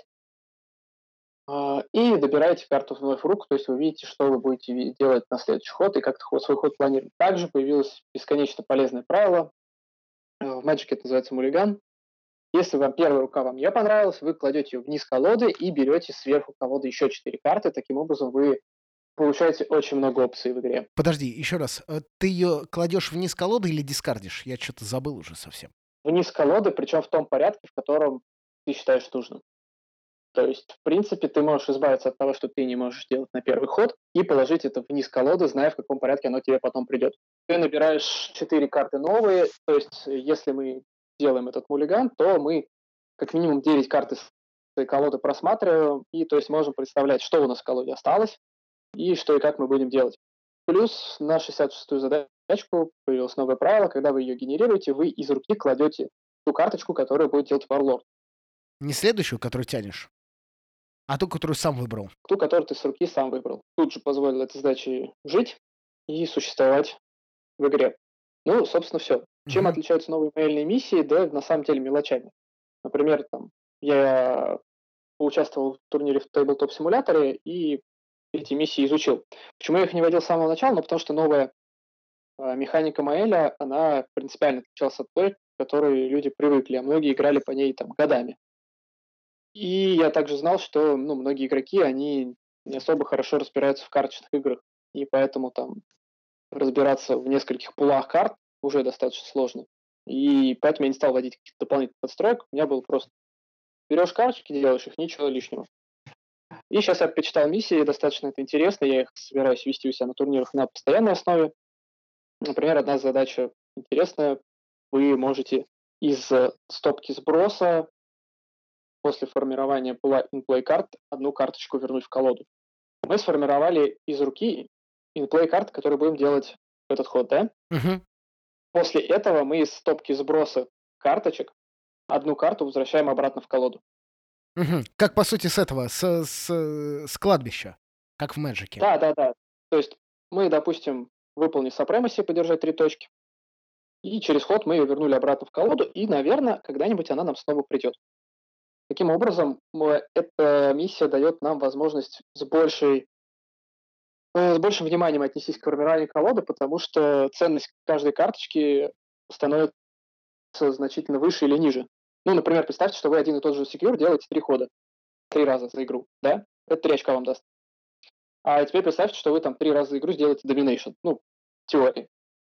А, И добираете карту вновь в руку, то есть вы видите, что вы будете ви- делать на следующий ход и как-то ход- свой ход планировать. Также появилось бесконечно полезное правило. э, В Magic это называется муллиган. Если вам первая рука вам не понравилась, вы кладете ее вниз колоды и берете сверху колоды еще четыре карты. Таким образом, вы получаете очень много опций в игре. Подожди, еще раз. э, Ты ее кладешь вниз колоды или дискардишь? Я что-то забыл уже совсем. Вниз колоды, причем в том порядке, в котором ты считаешь нужным. То есть, в принципе, ты можешь избавиться от того, что ты не можешь делать на первый ход, и положить это вниз колоды, зная, в каком порядке оно тебе потом придет. Ты набираешь четыре карты новые, то есть, если мы делаем этот муллиган, то мы как минимум девять карт из этой колоды просматриваем, и то есть можем представлять, что у нас в колоде осталось, и что и как мы будем делать. Плюс на шестьдесят шестую задачку появилось новое правило, когда вы ее генерируете, вы из руки кладете ту карточку, которую будет делать Warlord. Не следующую, которую тянешь, а ту, которую сам выбрал. Ту, которую ты с руки сам выбрал. Тут же позволил этой задаче жить и существовать в игре. Ну, собственно, все. Чем Мгм. отличаются новые панельные миссии? Да, на самом деле, мелочами. Например, там, я поучаствовал в турнире в Tabletop симуляторе и эти миссии изучил. Почему я их не вводил с самого начала? Ну, потому что новая а, механика Маэля, она принципиально отличалась от той, к которой люди привыкли, а многие играли по ней там годами. И я также знал, что ну, многие игроки, они не особо хорошо разбираются в карточных играх, и поэтому там разбираться в нескольких пулах карт уже достаточно сложно. И поэтому я не стал вводить каких-то дополнительных подстроек. У меня было просто берешь карточки, делаешь их, ничего лишнего. И сейчас я почитал миссии, достаточно это интересно, я их собираюсь вести у себя на турнирах на постоянной основе. Например, одна задача интересная, вы можете из э, стопки сброса после формирования пула инплей карт одну карточку вернуть в колоду. Мы сформировали из руки инплей карты, которые будем делать в этот ход, да? Мгм. После этого мы из стопки сброса карточек одну карту возвращаем обратно в колоду. Мгм. Как, по сути, с этого, с, с, э, с кладбища, как в Мэджике. Да, да, да. То есть мы, допустим, выполнили Supremacy, подержать три точки, и через ход мы ее вернули обратно в колоду, и, наверное, когда-нибудь она нам снова придет. Таким образом, мы- эта миссия дает нам возможность с большей э, с большим вниманием отнестись к формированию колоды, потому что ценность каждой карточки становится значительно выше или ниже. Ну, например, представьте, что вы один и тот же секьюр делаете три хода, три раза за игру, да? Это три очка вам даст. А теперь представьте, что вы там три раза за игру сделаете Domination. Ну, в теории.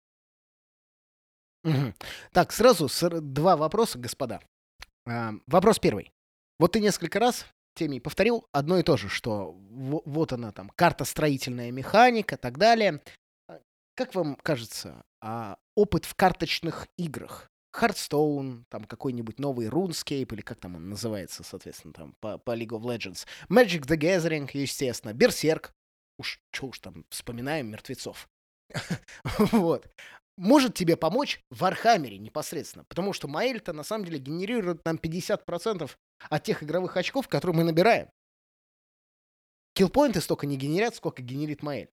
Мгм. Так, сразу ср- два вопроса, господа. А, вопрос первый. Вот ты несколько раз в теме повторил одно и то же, что во- вот она там, карта строительная механика и так далее. А, Как вам кажется, а опыт в карточных играх? Hearthstone, там какой-нибудь новый RuneScape, или как там он называется, соответственно, там по, по League of Legends. Magic the Gathering, естественно. Berserk. Уж, чё уж там, вспоминаем мертвецов. Вот. Может тебе помочь в Вархаммере непосредственно. Потому что Маэль-то на самом деле генерирует нам пятьдесят процентов от тех игровых очков, которые мы набираем. Киллпоинты столько не генерят, сколько генерит Маэль.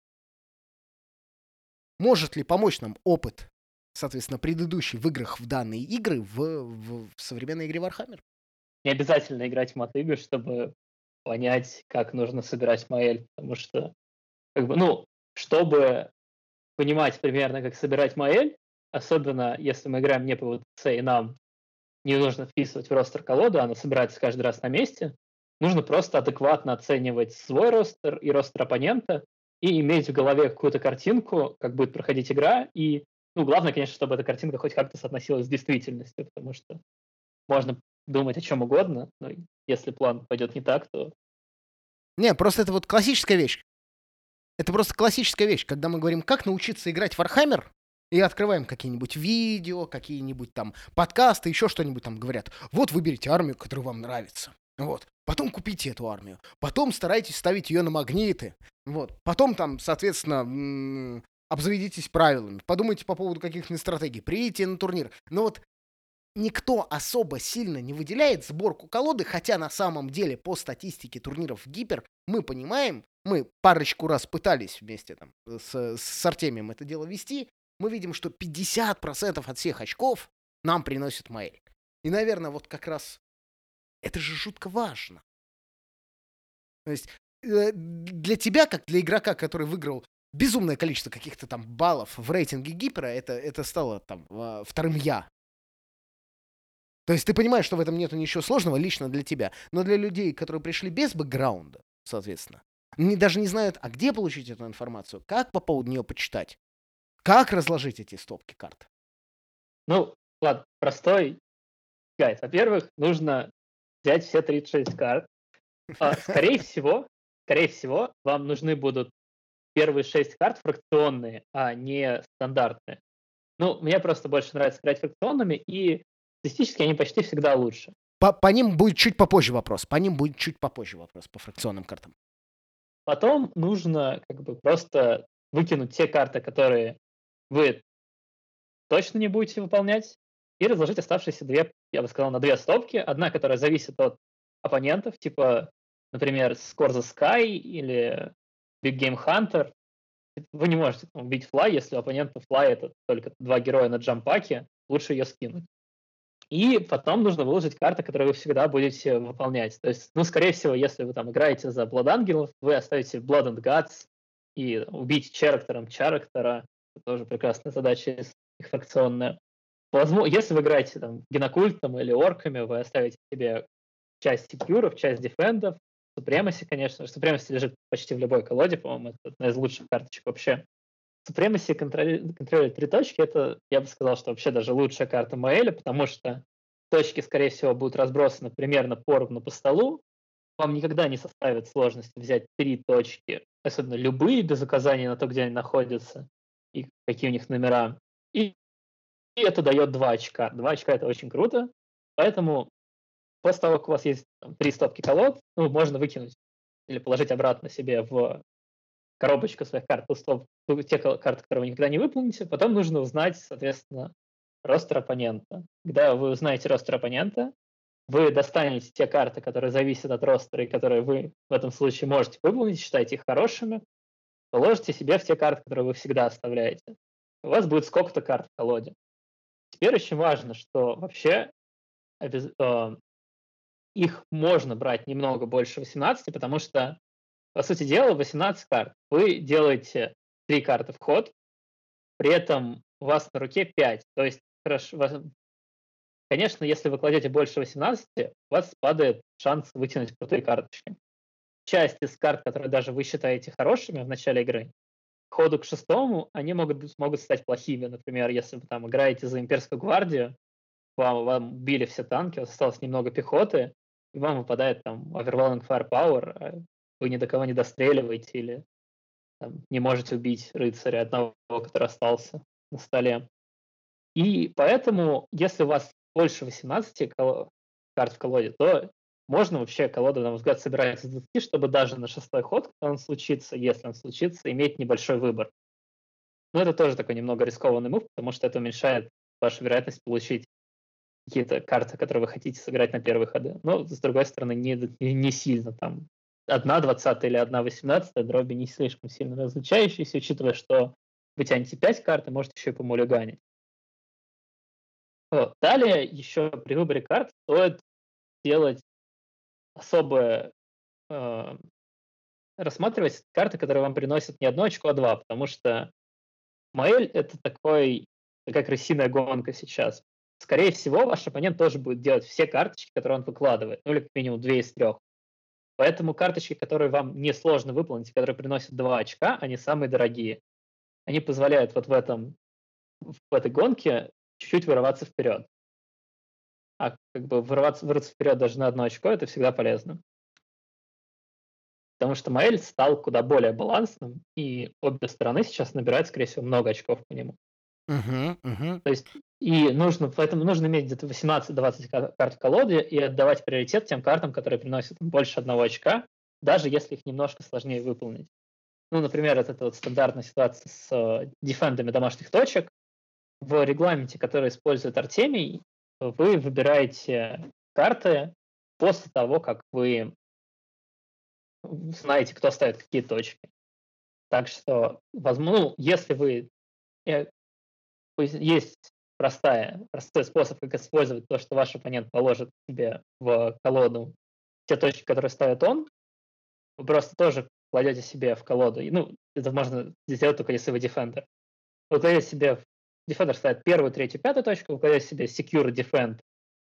Может ли помочь нам опыт, соответственно, предыдущий в играх в данные игры в, в- в современной игре Warhammer? Не обязательно играть в мат-игры, чтобы понять, как нужно собирать Маэль, потому что, как бы, ну, чтобы понимать примерно, как собирать Маэль, особенно если мы играем не по вэ тэ цэ и нам не нужно вписывать в ростер колоду, она собирается каждый раз на месте, нужно просто адекватно оценивать свой ростер и ростер оппонента и иметь в голове какую-то картинку, как будет проходить игра, и, ну, главное, конечно, чтобы эта картинка хоть как-то соотносилась с действительностью, потому что можно думать о чем угодно, но если план пойдет не так, то Не, просто это вот классическая вещь. Это просто классическая вещь, когда мы говорим, как научиться играть в Warhammer, и открываем какие-нибудь видео, какие-нибудь там подкасты, еще что-нибудь там говорят. Вот выберите армию, которая вам нравится. Вот. Потом купите эту армию. Потом старайтесь ставить ее на магниты. Вот. Потом там, соответственно, м, обзаведитесь правилами. Подумайте по поводу каких-нибудь стратегий. Приедете на турнир. Но вот никто особо сильно не выделяет сборку колоды, хотя на самом деле по статистике турниров в Гипер мы понимаем, мы парочку раз пытались вместе там с, с Артемием это дело вести, мы видим, что пятьдесят процентов от всех очков нам приносит Маэль. И, наверное, вот как раз это же жутко важно. То есть э, для тебя, как для игрока, который выиграл безумное количество каких-то там баллов в рейтинге Гипера, это, это стало там э, вторым я. То есть ты понимаешь, что в этом нету ничего сложного лично для тебя, но для людей, которые пришли без бэкграунда, соответственно, они даже не знают, а где получить эту информацию, как по поводу нее почитать, как разложить эти стопки карт. Ну, ладно, простой гайд. Во-первых, нужно взять все тридцать шесть карт. А, скорее всего, скорее всего, вам нужны будут первые шесть карт фракционные, а не стандартные. Ну, мне просто больше нравится играть фракционными, и статистически они почти всегда лучше. По, по ним будет чуть попозже вопрос. По ним будет чуть попозже вопрос по фракционным картам. Потом нужно как бы просто выкинуть те карты, которые вы точно не будете выполнять, и разложить оставшиеся две, я бы сказал, на две стопки. Одна, которая зависит от оппонентов, типа, например, Score the Sky или Big Game Hunter. Вы не можете там, убить флай, если у оппонента флай это только два героя на джампаке, лучше ее скинуть. И потом нужно выложить карты, которые вы всегда будете выполнять. То есть, ну, скорее всего, если вы там играете за Blood Ангелов, вы оставите Blood and Guts и убить Чарактером Чарактера. Это тоже прекрасная задача, их фракционная. Возможно, если вы играете там генокультом или орками, вы оставите себе часть секьюров, часть дефендов, Supremacy, конечно же. Supremacy лежит почти в любой колоде, по-моему, это одна из лучших карточек вообще. Supremacy контроли- контролирует три точки, это, я бы сказал, что вообще даже лучшая карта Маэля, потому что точки, скорее всего, будут разбросаны примерно поровну по столу. Вам никогда не составит сложности взять три точки, особенно любые, без указания на то, где они находятся и какие у них номера. И, и это дает два очка. два очка — это очень круто, поэтому после того, как у вас есть там, три стопки колод, ну, можно выкинуть или положить обратно себе в коробочку своих карт, стоп, те карты, которые вы никогда не выполните. Потом нужно узнать, соответственно, ростер оппонента. Когда вы узнаете ростер оппонента, вы достанете те карты, которые зависят от ростера и которые вы в этом случае можете выполнить, считаете их хорошими, положите себе в те карты, которые вы всегда оставляете. У вас будет сколько-то карт в колоде. Теперь очень важно, что вообще обез... э, их можно брать немного больше восемнадцати, потому что, по сути дела, восемнадцать карт. Вы делаете три карты в ход, при этом у вас на руке пять. То есть, хорошо, конечно, если вы кладете больше восемнадцати, у вас падает шанс вытянуть крутые карточки. Часть из карт, которые даже вы считаете хорошими в начале игры, к ходу к шестому они могут, могут стать плохими. Например, если вы там играете за имперскую гвардию, вам, вам били все танки, у вас осталось немного пехоты, и вам выпадает там overwhelming firepower, а вы ни до кого не достреливаете или там, не можете убить рыцаря одного, который остался на столе. И поэтому, если у вас больше восемнадцати кол- карт в колоде, то можно вообще колоду, на мой взгляд, собирать из двадцати, чтобы даже на шестой ход, когда он случится, если он случится, иметь небольшой выбор. Но это тоже такой немного рискованный мув, потому что это уменьшает вашу вероятность получить какие-то карты, которые вы хотите сыграть на первые ходы. Но, с другой стороны, не, не, не сильно там. Одна двадцатая или одна восемнадцатая дроби не слишком сильно различающиеся, учитывая, что вы тянете пять карт и можете еще и помулиганить. Вот. Далее еще при выборе карт стоит делать особое, э, рассматривать карты, которые вам приносят не одно очко, а два, потому что Маэль — это такой, такая крысиная гонка сейчас. Скорее всего, ваш оппонент тоже будет делать все карточки, которые он выкладывает, ну или как минимум две из трех. Поэтому карточки, которые вам несложно выполнить, которые приносят два очка, они самые дорогие. Они позволяют вот в, этом, в этой гонке чуть-чуть вырываться вперед. А как бы вырваться, вырваться вперед даже на одно очко — это всегда полезно. Потому что Маэль стал куда более балансным, и обе стороны сейчас набирают, скорее всего, много очков по нему. Угу, угу. То есть и нужно, поэтому нужно иметь где-то восемнадцать-двадцать карт в колоде и отдавать приоритет тем картам, которые приносят больше одного очка, даже если их немножко сложнее выполнить. Ну, например, это вот стандартная ситуация с э, дефендами домашних точек. В регламенте, который использует Артемий, вы выбираете карты после того, как вы знаете, кто ставит какие точки. Так что, возможно, ну, если вы... э, Есть простая, простой способ, как использовать то, что ваш оппонент положит себе в колоду те точки, которые ставит он. Вы просто тоже кладете себе в колоду. И, ну, это можно сделать только если вы дефендер. Вы кладете себе... Дефендер ставит первую, третью, пятую точку, вы кладете себе secure defend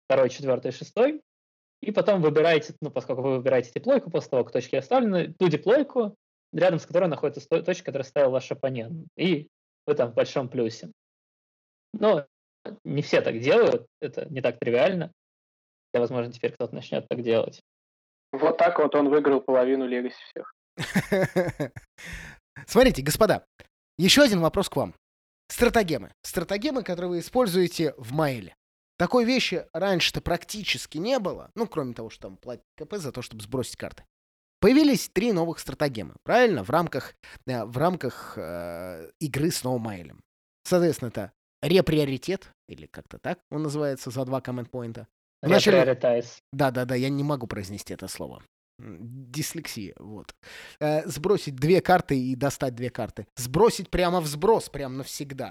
второй, четвертый, шестой, и потом выбираете, ну, поскольку вы выбираете диплойку после того, как точки оставлены, ту диплойку, рядом с которой находится сто- точка, которую ставил ваш оппонент. И вы там в большом плюсе. Но не все так делают, это не так тривиально. Хотя, возможно, теперь кто-то начнет так делать. Вот так вот он выиграл половину Легаси всех. Смотрите, господа, еще один вопрос к вам. Стратегемы. Стратегемы, которые вы используете в Маэле. Такой вещи раньше-то практически не было, ну, кроме того, что там платить КП за то, чтобы сбросить карты. Появились три новых стратегемы, правильно, в рамках, э, в рамках э, игры с новым Маэлем. Соответственно, это реприоритет, или как-то так он называется, за два коммент-поинта. Вначале... Reprioritize. Да-да-да, я не могу произнести это слово. М, Дислексия, вот. Э, сбросить две карты и достать две карты. Сбросить прямо в сброс, прямо навсегда.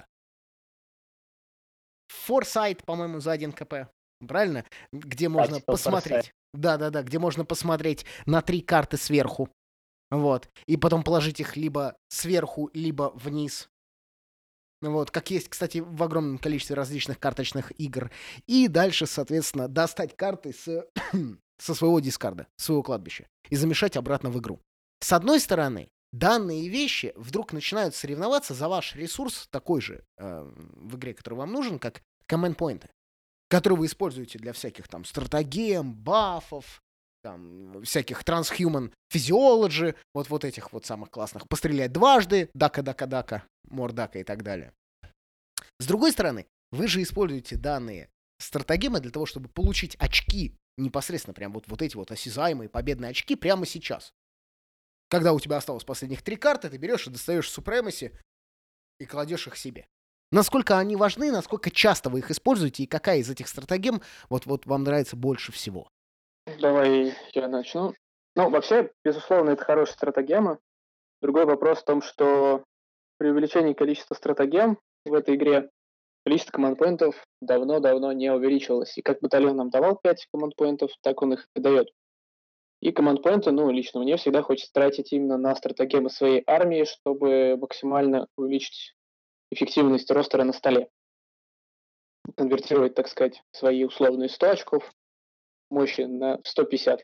Форсайт, по-моему, за один КП. Правильно? Где можно Tactical посмотреть. Foresight. Да-да-да, где можно посмотреть на три карты сверху. Вот. И потом положить их либо сверху, либо вниз. Вот, как есть, кстати, в огромном количестве различных карточных игр. И дальше, соответственно, достать карты с, со своего дискарда, своего кладбища. И замешать обратно в игру. С одной стороны, данные вещи вдруг начинают соревноваться за ваш ресурс, такой же э, в игре, который вам нужен, как коммент-поинты, которые вы используете для всяких там стратегем, бафов, там, всяких transhuman physiology, вот, вот этих вот самых классных. Пострелять дважды, дака-дака-дака, мордака и так далее. С другой стороны, вы же используете данные стратегемы для того, чтобы получить очки, непосредственно прям вот, вот эти вот осязаемые победные очки прямо сейчас. Когда у тебя осталось последних три карты, ты берешь и достаешь Supremacy и кладешь их себе. Насколько они важны, насколько часто вы их используете, и какая из этих стратегем вот, вот вам нравится больше всего? Давай я начну. Ну, вообще, безусловно, это хорошая стратегема. Другой вопрос в том, что при увеличении количества стратегем в этой игре количество команд-поинтов давно-давно не увеличивалось. И как батальон нам давал пять команд-поинтов, так он их и дает. И команд-поинты, ну, лично мне всегда хочется тратить именно на стратегемы своей армии, чтобы максимально увеличить эффективность ростера на столе. Конвертировать, так сказать, свои условные сто очков мощи на сто пятьдесят.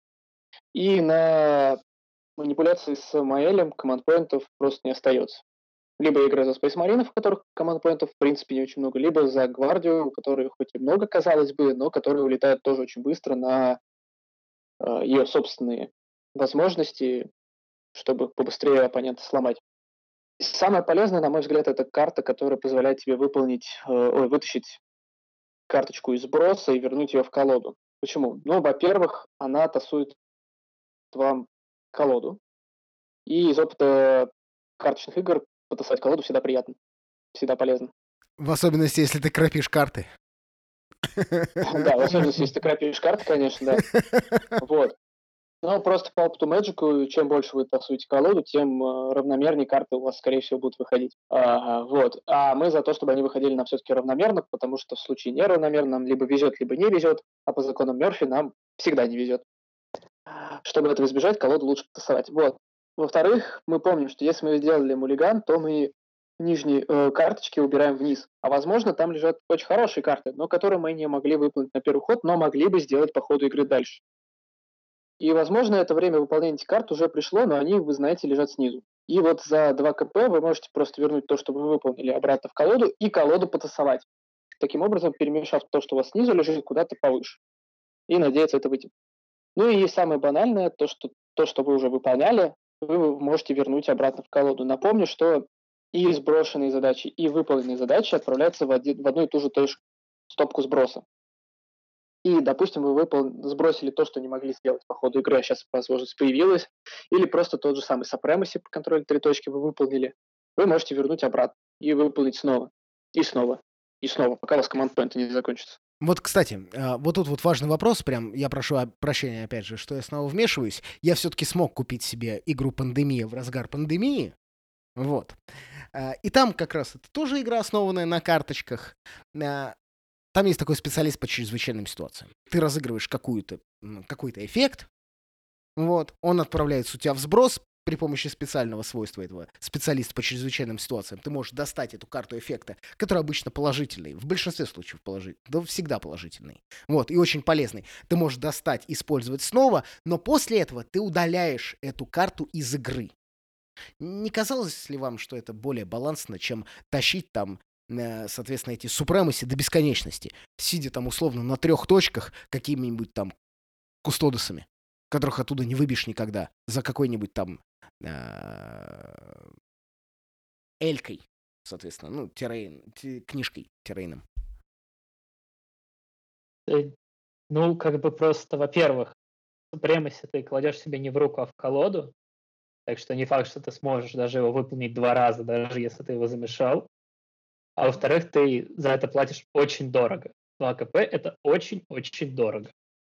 И на манипуляции с Маэлем команд-поинтов просто не остается. Либо игра за Space Marine, в которых команд-поинтов в принципе не очень много, либо за Гвардию, у которой хоть и много, казалось бы, но которые улетают тоже очень быстро на э, ее собственные возможности, чтобы побыстрее оппонента сломать. И самое полезное, на мой взгляд, это карта, которая позволяет тебе выполнить, э, ой, вытащить карточку из сброса и вернуть ее в колоду. Почему? Ну, во-первых, она тасует вам колоду. И из опыта карточных игр потасовать колоду всегда приятно, всегда полезно. В особенности, если ты крапишь карты. Да, в особенности, если ты крапишь карты, конечно, да. Вот. Но просто по опыту Magic, чем больше вы тасуете колоду, тем э, равномернее карты у вас, скорее всего, будут выходить. А, вот. А мы за то, чтобы они выходили нам все-таки равномерно, потому что в случае неравномерно нам либо везет, либо не везет, а по законам Мерфи нам всегда не везет. Чтобы этого избежать, колоду лучше тасовать. Вот. Во-вторых, мы помним, что если мы сделали муллиган, то мы нижние э, карточки убираем вниз. А возможно, там лежат очень хорошие карты, но которые мы не могли выполнить на первый ход, но могли бы сделать по ходу игры дальше. И, возможно, это время выполнения этих карт уже пришло, но они, вы знаете, лежат снизу. И вот за два КП вы можете просто вернуть то, что вы выполнили, обратно в колоду, и колоду потасовать. Таким образом, перемешав то, что у вас снизу лежит, куда-то повыше. И надеяться это выйти. Ну и самое банальное, то, что то, что вы уже выполняли, вы можете вернуть обратно в колоду. Напомню, что и сброшенные задачи, и выполненные задачи отправляются в, один, в одну и ту же точку, стопку сброса. И, допустим, вы выпол... сбросили то, что не могли сделать по ходу игры, а сейчас возможность появилась, или просто тот же самый Supremacy по контролю три точки вы выполнили, вы можете вернуть обратно и выполнить снова, и снова, и снова, пока у вас команд-поинты не закончатся. Вот, кстати, а, вот тут вот важный вопрос, прям, я прошу о- прощения, опять же, что я снова вмешиваюсь. Я все-таки смог купить себе игру «Пандемия» в разгар пандемии, вот. А, И там как раз это тоже игра, основанная на карточках. А, Там есть такой специалист по чрезвычайным ситуациям. Ты разыгрываешь какую-то, м, какой-то эффект, вот, он отправляется у тебя в сброс, при помощи специального свойства этого специалиста по чрезвычайным ситуациям, ты можешь достать эту карту эффекта, который обычно положительный, в большинстве случаев положительный, да всегда положительный, вот, и очень полезный. Ты можешь достать, использовать снова, но после этого ты удаляешь эту карту из игры. Не казалось ли вам, что это более балансно, чем тащить там, э, соответственно, эти супремаси до бесконечности, сидя там условно на трех точках какими-нибудь там кустодосами, которых оттуда не выбьешь никогда, за какой-нибудь там э, элькой, соответственно, ну, террейн, те- книжкой террейном. Э, Ну, как бы просто, во-первых, Supremacy ты кладешь себе не в руку, а в колоду, так что не факт, что ты сможешь даже его выполнить два раза, даже если ты его замешал. А во-вторых, ты за это платишь очень дорого. два КП — это очень-очень дорого.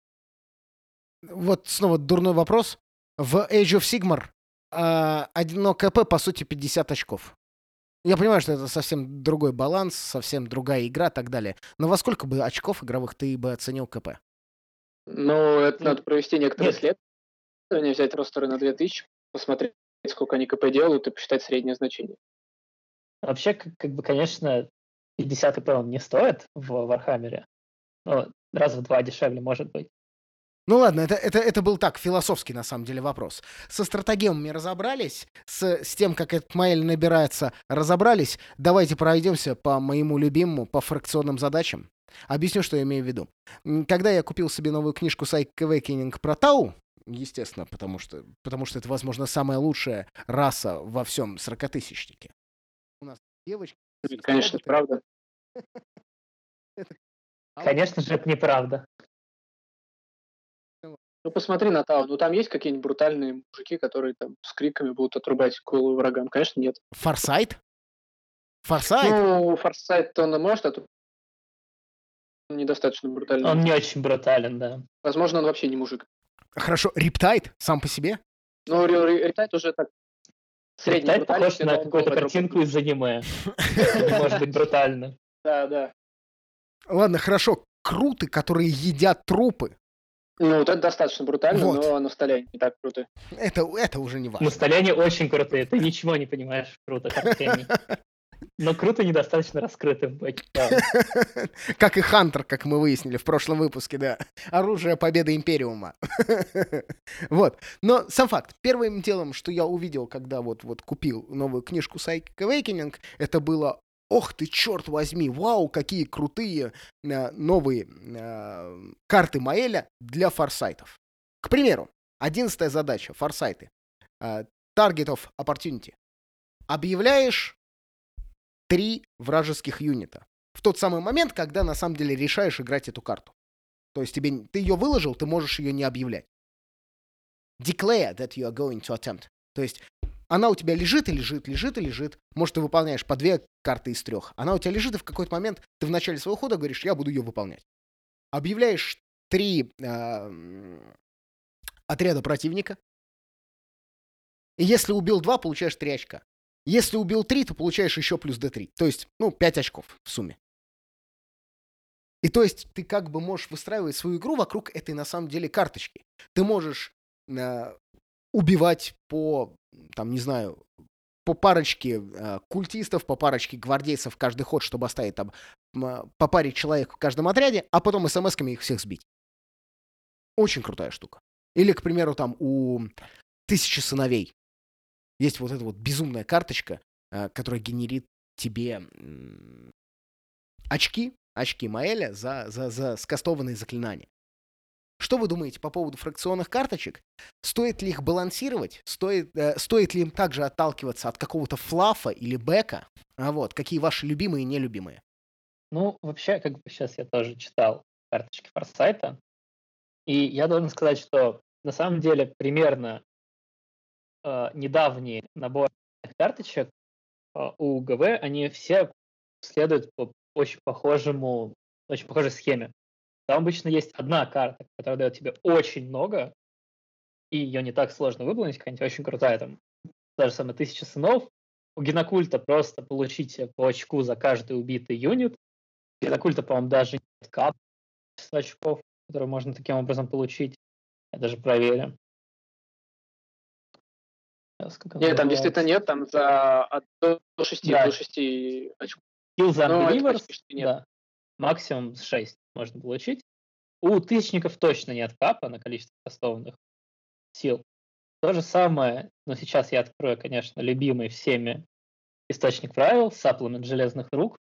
Вот снова дурной вопрос. В Age of Sigmar а, одно КП, по сути, пятьдесят очков. Я понимаю, что это совсем другой баланс, совсем другая игра и так далее. Но во сколько бы очков игровых ты бы оценил КП? Ну, это Ну, надо провести некоторые нет, исследования, взять ростеры на две тысячи, посмотреть, сколько они КП делают, и посчитать среднее значение. вообще, как, как бы, конечно, пятьдесят КП он не стоит в Вархаммере. Ну, раз в два дешевле, может быть. Ну ладно, это, это, это был так, философский на самом деле вопрос. Со стратегемами разобрались, с, с тем, как этот Маэль набирается, разобрались. Давайте пройдемся по моему любимому, по фракционным задачам. Объясню, что я имею в виду. М, Когда я купил себе новую книжку Psychic Awakening про Тау, естественно, потому что, потому что это, возможно, самая лучшая раса во всем сорокатысячнике. У нас девочки, Это, есть конечно, роботы. правда. А вот Конечно же, это неправда. Ну, посмотри на Тау. Ну, там есть какие-нибудь брутальные мужики, которые там с криками будут отрубать голову врагам? Конечно, нет. Форсайт? Форсайт? Ну, Форсайт он может, а тут он недостаточно брутальный. Он не очень брутален, да. Возможно, он вообще не мужик. Хорошо, Риптайт сам по себе? Но Ритайт уже так средний Рептайт похож брутальности, на но он какую-то голову картинку из аниме. Это не может быть брутально. Да, да. Ладно, хорошо. Круты, которые едят трупы. Ну, вот это достаточно брутально, Вот. но на столе они не так круто. Это, это уже не На важно. столе они очень крутые. Ты ничего не понимаешь в крутых артений. Но круто недостаточно раскрыты в бэке. правда. Как и Хантер, как мы выяснили в прошлом выпуске, да. Оружие победы Империума. Вот. Но сам факт. Первым делом, что я увидел, когда вот, вот купил новую книжку Psychic Awakening, это было: ох ты, черт возьми, вау, какие крутые э, новые э, карты Маэля для форсайтов. К примеру, одиннадцатая задача, форсайты. Э, Target of Opportunity. Объявляешь три вражеских юнита. В тот самый момент, когда на самом деле решаешь играть эту карту. То есть тебе, ты ее выложил, ты можешь ее не объявлять. Declare that you are going to attempt. То есть она у тебя лежит и лежит, лежит и лежит. Может, ты выполняешь по две карты из трех. Она у тебя лежит, и в какой-то момент ты в начале своего хода говоришь: я буду ее выполнять. Объявляешь три э, отряда противника. И если убил два, получаешь три очка. Если убил три, то получаешь еще плюс дэ три. То есть, ну, пять очков в сумме. И то есть ты как бы можешь выстраивать свою игру вокруг этой на самом деле карточки. Ты можешь э, убивать по, там, не знаю, по парочке э, культистов, по парочке гвардейцев каждый ход, чтобы оставить там э, по паре человек в каждом отряде, а потом смс-ками их всех сбить. Очень крутая штука. Или, к примеру, там у Тысячи сыновей есть вот эта вот безумная карточка, э, которая генерит тебе м, очки, очки Маэля за, за, за скастованные заклинания. Что вы думаете по поводу фракционных карточек? Стоит ли их балансировать? Стоит, э, стоит ли им также отталкиваться от какого-то флафа или бэка? А вот, какие ваши любимые и нелюбимые? Ну, вообще, как бы сейчас я тоже читал карточки Форсайта, и я должен сказать, что на самом деле примерно э, недавние наборы карточек э, у ГВ, они все следуют по очень похожему, очень похожей схеме. Там обычно есть одна карта, которая дает тебе очень много, и ее не так сложно выполнить, какая-нибудь очень крутая, там, та же самая Тысяча сынов. У Генокульта просто получите по очку за каждый убитый юнит. У Генокульта, по-моему, даже нет кап очков, которые можно таким образом получить. Я даже проверю. Сейчас, как он Нет, там действительно называется. нет, там за от- до шести, до Да, шести очков. Kills Но это Unbelievers, почти нет. да, максимум шесть можно получить. У тысячников точно нет капа на количество кастованных сил. То же самое, но сейчас я открою, конечно, любимый всеми источник правил, сапплемент железных рук,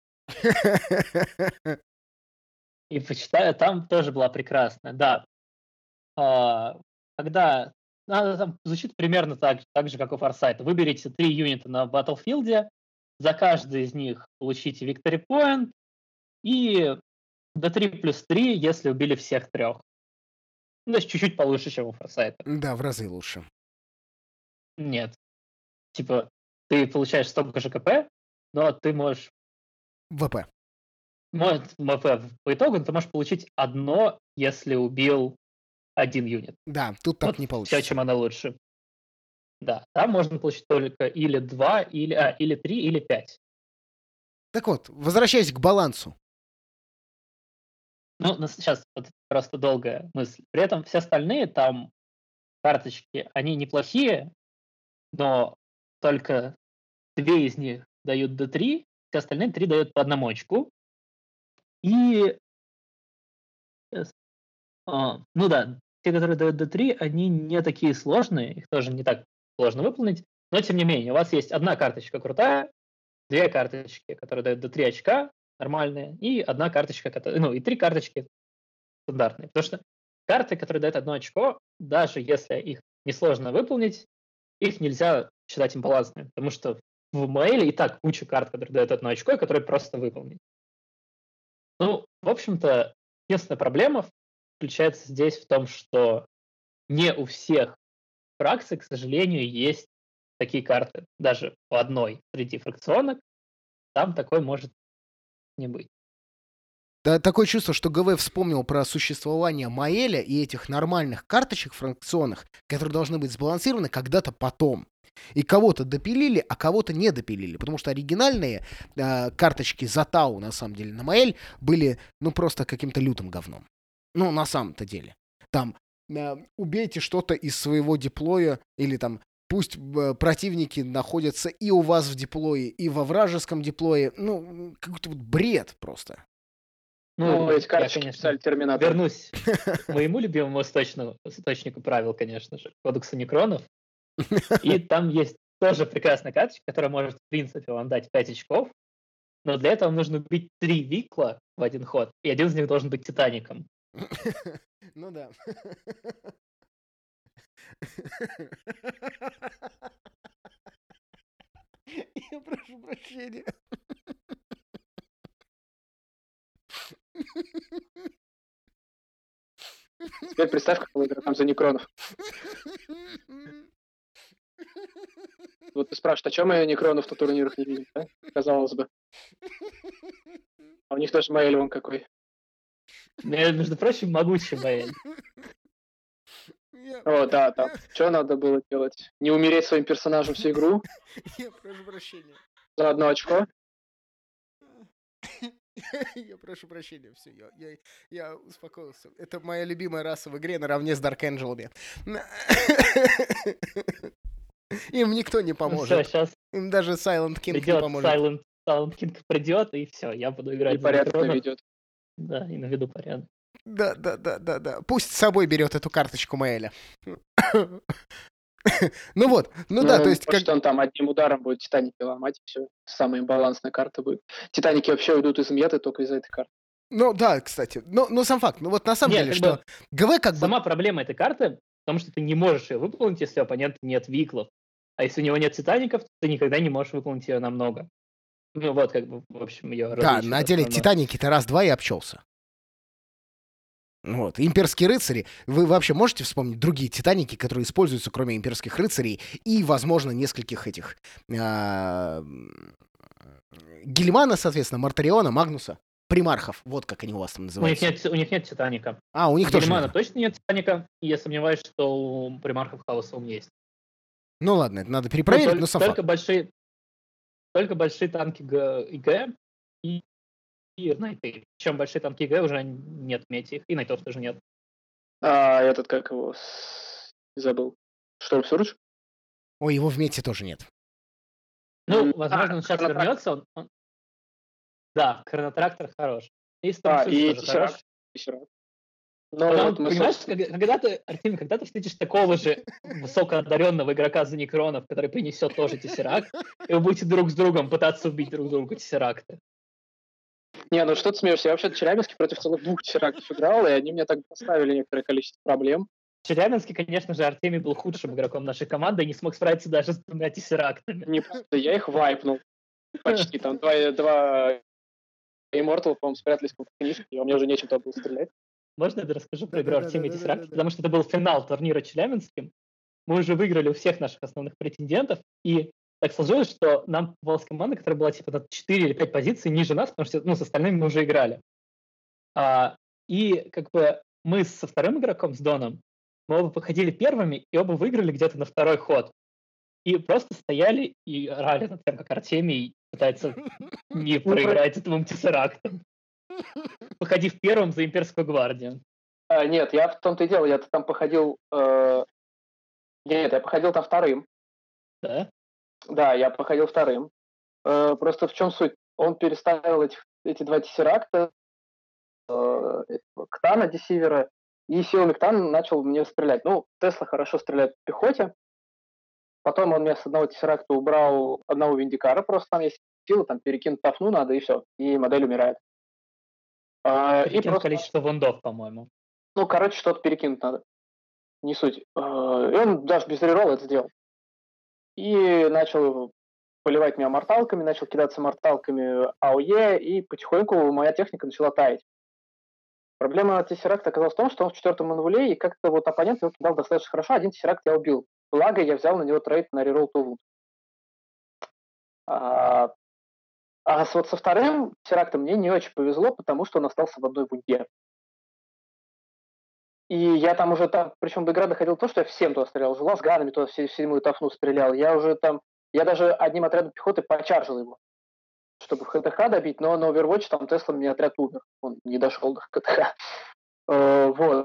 и почитаю, там тоже была прекрасная. Да, а, когда она там звучит примерно так, так же, как у Форсайта. Выберите три юнита на Battlefield, за каждый из них получите Victory Point и до три плюс три, если убили всех трех. Ну, то есть чуть-чуть получше, чем у Форсайта. Да, в разы лучше. Нет. Типа, ты получаешь столько же КП, но ты можешь... ВП. мо- МП по итогу ты можешь получить одно, если убил один юнит. Да, тут так Вот не все, получится. чем она лучше. Да, там можно получить только или два, или, а, или три, или пять. Так вот, возвращаясь к балансу. Ну, сейчас вот просто долгая мысль. При этом все остальные там карточки, они неплохие, но только две из них дают д три, все остальные три дают по одному очку. И, э, с- а, ну да, те, которые дают д три, они не такие сложные, их тоже не так сложно выполнить, но тем не менее, у вас есть одна карточка крутая, две карточки, которые дают д три очка, нормальные, и одна карточка, которая, ну и три карточки стандартные. Потому что карты, которые дают одно очко, даже если их несложно выполнить, их нельзя считать имбалансными, потому что в Маэле и так куча карт, которые дают одно очко, и которые просто выполнить. Ну, в общем-то, единственная проблема заключается здесь в том, что не у всех фракций, к сожалению, есть такие карты. Даже по одной среди фракционок там такой может не быть. Да, такое чувство, что ГВ вспомнил про существование Маэля и этих нормальных карточек фракционных, которые должны быть сбалансированы когда-то потом. И кого-то допилили, а кого-то не допилили. Потому что оригинальные э, карточки за Тау, на самом деле, на Маэль были, ну, просто каким-то лютым говном. Ну, на самом-то деле. Там э, убейте что-то из своего диплоя, или там пусть э, противники находятся и у вас в диплое, и во вражеском диплое. Ну, какой-то вот бред просто. Ну, эти я, карточки конечно, писали Терминатор. вернусь к моему любимому источнику, источнику правил, конечно же, кодексу Некронов. И там есть тоже прекрасная карточка, которая может, в принципе, вам дать пять очков, но для этого нужно убить три Викла в один ход, и один из них должен быть Титаником. Ну да. Я прошу прощения. Теперь представь, какого игрокам за Некронов. Вот ты спрашиваешь, а чем мы Некронов на турнирах не видим, да? Казалось бы. А у них тоже Маэль вон какой. Э, Между прочим, могучий Маэль. Я, О, да, там. Что надо было делать? Не умереть своим персонажем всю игру я прошу прощения. за одно очко? Я прошу прощения, все, я, я, я успокоился. Это моя любимая раса в игре наравне с Dark Angel'ами. Им никто не Ну все, поможет. сейчас Им даже Silent King не придет поможет. Silent, Silent King придет, и все, я буду играть И за порядок Некронов. наведет. Да, и наведу порядок. Да, да, да, да, да. Пусть с собой берет эту карточку Маэля. Ну вот, ну да, то есть как... Может, он там одним ударом будет Титаники ломать, и все. Самая балансная карта будет. Титаники вообще уйдут из меты только из-за этой карты. Ну да, кстати. Но, но сам факт. Ну вот на самом Нет, деле, как что бы ГВ как бы... Сама проблема этой карты в том, что ты не можешь ее выполнить, если у оппонента нет Виклов. А если у него нет Титаников, ты никогда не можешь выполнить ее намного. Ну вот, как бы, в общем, ее Да, различие на деле основное. Титаники-то раз-два и обчелся. Вот. Имперские рыцари. Вы вообще можете вспомнить другие Титаники, которые используются, кроме имперских рыцарей, и, возможно, нескольких этих... а, Гильмана, соответственно, Мартариона, Магнуса, Примархов. Вот как они у вас там У них, называются. нет, у них нет Титаника. А, у них У тоже Гельмана нет. точно нет Титаника, и я сомневаюсь, что у Примархов Хаосом есть. Ну ладно, это надо Ну, перепроверить, только, но сам только факт. большие, только большие танки Г и Г и, и найты. Чем большие танки Г уже нет, мети их, и найтов тоже нет. А этот, как его, с- забыл. Шторм Сурдж? Ой, его в мете тоже нет. Ну, М, возможно, а, он сейчас Хронотрактор. вернется. Он, он- Да, хронотрактор хорош. И А, Storm Surge и тоже хорош. Тессеракт. Тессеракт. Ну Потому, вот мы, понимаешь, собственно, когда, когда ты, Артемий, когда ты встретишь такого же высокоодаренного игрока за Некронов, который принесет тоже Тессеракт, и вы будете друг с другом пытаться убить друг друга Тессеракты. Не, ну что ты смеешься? Я вообще в Челябинске против целых двух Тессерактов играл, и они мне так поставили некоторое количество проблем. В Челябинске, конечно же, Артемий был худшим игроком нашей команды и не смог справиться даже с двумя Тессерактами. Не просто я их вайпнул почти. Там два, два Immortal, по-моему, спрятались под книжки, а мне уже нечем туда было стрелять. Можно я расскажу про игру Артемия Да-да-да-да-да-да-да. Тессеракт? Потому что это был финал турнира Челябинским. Мы уже выиграли у всех наших основных претендентов, и так сложилось, что нам попалась команда, которая была типа на четыре или пять позиций ниже нас, потому что ну, с остальными мы уже играли. А, и как бы мы со вторым игроком, с Доном, мы оба походили первыми, и оба выиграли где-то на второй ход. И просто стояли и орали над тем, как Артемий пытается не проиграть этому Тессерактом, походив первым за имперскую гвардию. А, нет, я в том-то и дело, я там походил... э, Нет, я походил там вторым. Да? Да, я походил вторым. Э, Просто в чем суть? Он переставил этих, эти два Тессеракта, э, этого Ктана Десивера, и силами Ктана начал мне стрелять. Ну, Тесла хорошо стреляет в пехоте. Потом он мне с одного Тессеракта убрал одного Виндикара, просто там есть сила, там перекинуть тафну надо, и все, и модель умирает. А, и Перекинуть просто, количество вундов, по-моему. ну, короче, что-то перекинуть надо. Не суть. А, И он даже без реролла это сделал. И начал поливать меня морталками, начал кидаться морталками АОЕ, и потихоньку моя техника начала таять. Проблема Тессеракта оказалась в том, что он в четвертом манвуле, и как-то вот оппонент его кидал достаточно хорошо. Один Тессеракт я убил. Благо, я взял на него трейд на реролл Тувуд. А, а с, вот со вторым Тессерактом мне не очень повезло, потому что он остался в одной вунде. И я там уже там, причем до игры доходил то, что я всем туда стрелял, уже лазганами туда все, седьмую тафну стрелял. Я уже там, я даже одним отрядом пехоты почаржил его, чтобы в ХТХ добить, но на Overwatch там Тесла мне отряд умер, он не дошел до ХТХ. Э, Вот.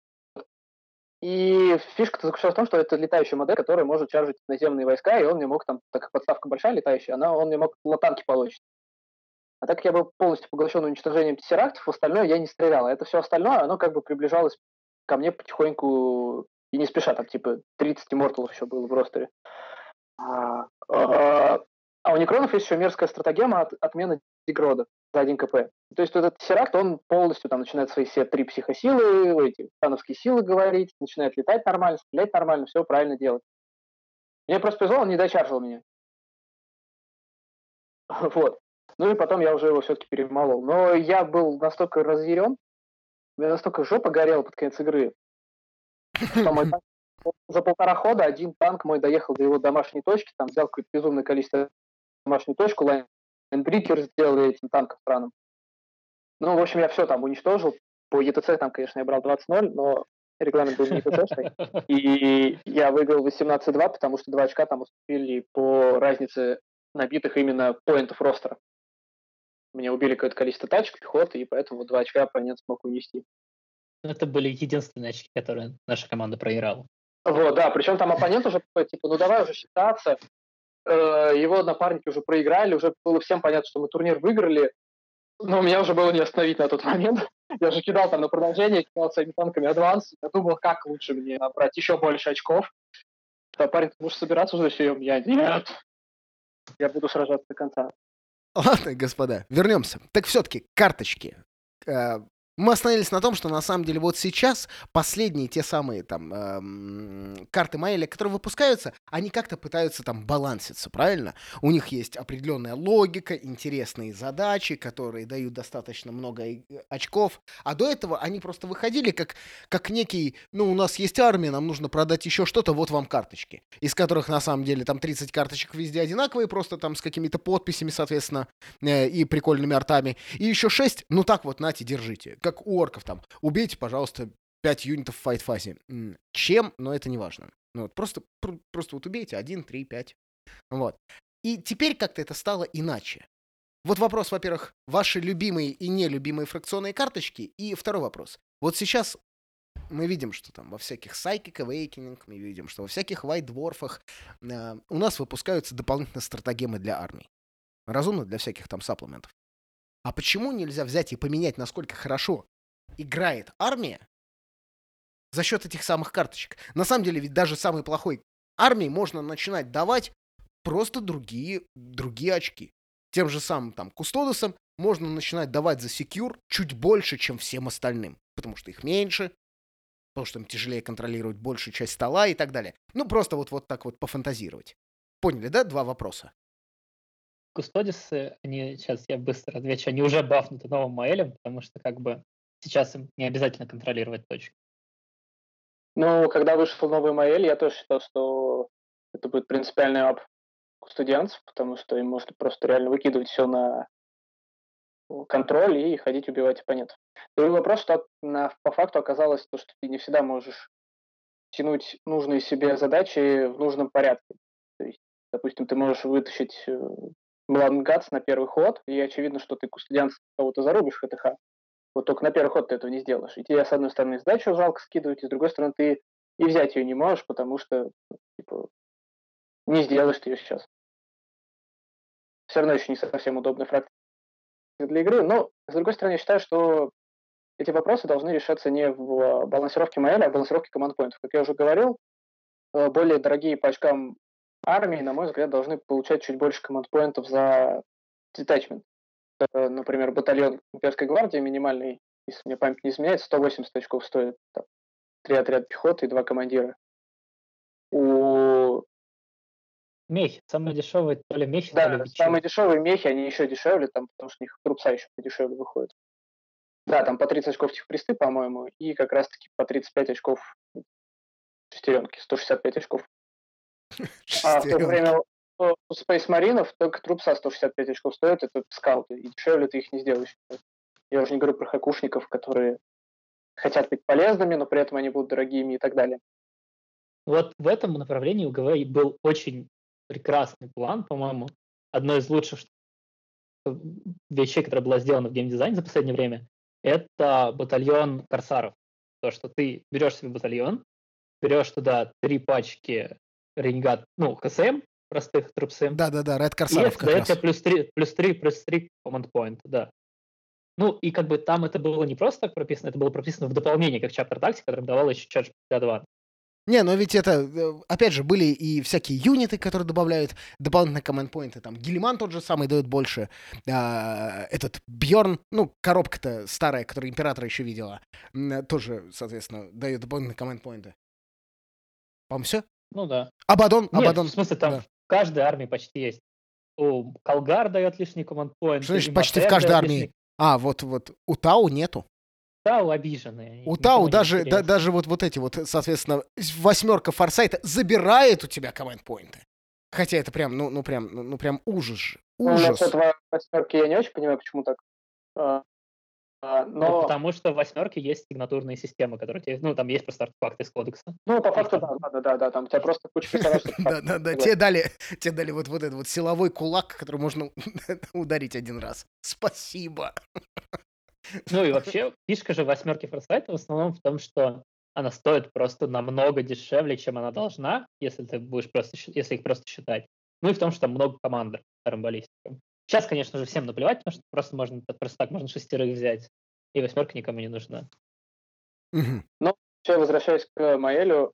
И фишка заключалась в том, что это летающая модель, которая может чаржить наземные войска, и он мне мог там, так как подставка большая летающая, она, он мне мог латанки получить. А так как я был полностью поглощен уничтожением тессерактов, в остальное я не стрелял. А это все остальное, оно как бы приближалось ко мне потихоньку и не спеша, там типа тридцать имморталов еще было в ростере. А, а, а у некронов есть еще мерзкая стратегема от, отмены дегрода за один КП. То есть вот этот тессеракт, он полностью там начинает свои все три психосилы, эти тановские силы говорить, начинает летать нормально, стрелять нормально, все правильно делать. Мне просто повезло, он не дочаржил меня. Вот. Ну и потом я уже его все-таки перемолол. Но я был настолько разъярен, у меня настолько жопа горела под конец игры, что мой танк за полтора хода один танк мой доехал до его домашней точки, там взял какое-то безумное количество домашнюю точку, лайнбрикер сделали этим танком странным. Ну, в общем, я все там уничтожил. По ЕТЦ там, конечно, я брал двадцать ноль, но регламент был не ЕТЦшный. И я выиграл восемнадцать два, потому что два очка там уступили по разнице набитых именно поинтов ростера. Мне убили какое-то количество тачек, пехоты, и поэтому два очка оппонент смог унести. Это были единственные очки, которые наша команда проиграла. Вот, да, причем там оппонент уже такой, типа, ну давай уже считаться. Э, Его напарники уже проиграли, уже было всем понятно, что мы турнир выиграли, но меня уже было не остановить на тот момент. Я уже кидал там на продолжение, кидал своими танками адванс, я думал, как лучше мне набрать еще больше очков. А парень, ты можешь собираться уже всем? Я, нет, я буду сражаться до конца. Ладно, господа, вернемся. Так все-таки карточки. Э, Мы остановились на том, что на самом деле вот сейчас последние те самые там эм, карты Маэля, которые выпускаются, они как-то пытаются там баланситься, правильно? У них есть определенная логика, интересные задачи, которые дают достаточно много и- очков. А до этого они просто выходили как, как некий, ну, у нас есть армия, нам нужно продать еще что-то, вот вам карточки. Из которых на самом деле там тридцать карточек везде одинаковые, просто там с какими-то подписями, соответственно, э, и прикольными артами. И еще шесть, ну так вот, нате, держите. Как у орков там. Убейте, пожалуйста, пять юнитов в файт-фазе. М, Чем? Но это не важно. Ну, вот просто, пр- просто вот убейте один, три, пять. Вот. И теперь как-то это стало иначе. Вот вопрос, во-первых, ваши любимые и нелюбимые фракционные карточки. И второй вопрос. Вот сейчас Мы видим, что там во всяких Psychic Awakening, мы видим, что во всяких White Dwarf'ах э, у нас выпускаются дополнительные стратагемы для армий. Разумно для всяких там сапплементов. А почему нельзя взять и поменять, насколько хорошо играет армия за счет этих самых карточек? На самом деле, ведь даже самой плохой армии можно начинать давать просто другие, другие очки. Тем же самым там Кустодосам можно начинать давать за секьюр чуть больше, чем всем остальным. Потому что их меньше, потому что им тяжелее контролировать большую часть стола и так далее. Ну, просто вот, вот так вот пофантазировать. Поняли, да, два вопроса? Кустодисы, они, сейчас я быстро отвечу, они уже бафнуты новым Маэлем, потому что как бы сейчас им не обязательно контролировать точку. Ну, когда вышел новый Маэль, я тоже считал, что это будет принципиальный ап кустодианцев, потому что им можно просто реально выкидывать все на контроль и ходить убивать оппонентов. Другой вопрос, что на, по факту оказалось то, что ты не всегда можешь тянуть нужные себе задачи в нужном порядке. То есть, допустим, ты можешь вытащить Блангац на первый ход, и очевидно, что ты кустодианцев кого-то зарубишь в ХТХ. Вот только на первый ход ты этого не сделаешь. И тебе, с одной стороны, задачу жалко скидывать, и с другой стороны, ты и взять ее не можешь, потому что типа, не сделаешь ты ее сейчас. Все равно еще не совсем удобная фракция для игры. Но, с другой стороны, я считаю, что эти вопросы должны решаться не в балансировке Маэля, а в балансировке команд-поинтов. Как я уже говорил, более дорогие по очкам армии, на мой взгляд, должны получать чуть больше команд-поинтов за детачмент. Например, батальон имперской гвардии минимальный, если мне память не изменяет, сто восемьдесят очков стоит. Там, три отряда пехоты и два командира. У... Мехи. Самые дешевые то ли мехи, да, то ли бичи. самые дешевые мехи, они еще дешевле, там, потому что у них трупса еще подешевле выходит. Да, там по тридцать очков техпристы, по-моему, и как раз-таки по тридцать пять очков шестеренки, сто шестьдесят пять очков. А в то время у Space Marine только трупса сто шестьдесят пять очков стоят, это скауты, и дешевле ты их не сделаешь. Я уже не говорю про хакушников, которые хотят быть полезными, но при этом они будут дорогими и так далее. Вот в этом направлении у ГВ был очень прекрасный план, по-моему. Одно из лучших вещей, которая была сделана в геймдизайне за последнее время, это батальон корсаров. То, что ты берешь себе батальон, берешь туда три пачки ренегат, ну, ХСМ, простых трупсэм. Да-да-да, Ред Корсаров как раз. И это дает тебе плюс три, плюс три, плюс три команд поинта, да. Ну, и как бы там это было не просто так прописано, это было прописано в дополнение, как чаптер тактик, который давал еще чат пятьдесят два. Не, но ведь это, опять же, были и всякие юниты, которые добавляют дополнительные команд-поинты. Там Гиллиман тот же самый дает больше. А, этот Бьорн, ну, коробка-то старая, которую Императора еще видела, тоже, соответственно, дает дополнительные команд-поинты. По-моему, все? Ну да. Абадон, Нет, Абадон. в смысле, там да. в каждой армии почти есть. У Калгар дает лишний команд-поинт. Что значит почти в каждой армии? Лишний... А, вот, вот, у Тау нету. Тау обиженные. У Тау даже, да, даже вот, вот эти вот, соответственно, восьмерка форсайта забирает у тебя команд-поинты. Хотя это прям, ну, ну прям, ну, ну прям ужас же. Ужас. Ну, насчет восьмерки я не очень понимаю, почему так. А, а, но... Ну, потому что в восьмерке есть сигнатурные системы, которые тебе, ну, там есть просто артефакты из кодекса. Ну, по факту, да, да, да, да, там у тебя просто куча персонажей. Да, да, да, тебе дали, тебе дали вот, вот этот вот силовой кулак, который можно ударить один раз. Спасибо. Ну и вообще, фишка же восьмерки форсайта в основном в том, что она стоит просто намного дешевле, чем она должна, если ты будешь просто, если их просто считать. Ну и в том, что там много команд вторым баллистикам. Сейчас, конечно же, всем наплевать, потому что просто можно просто так можно шестерых взять, и восьмерка никому не нужна. Угу. Но еще возвращаясь к Маэлю,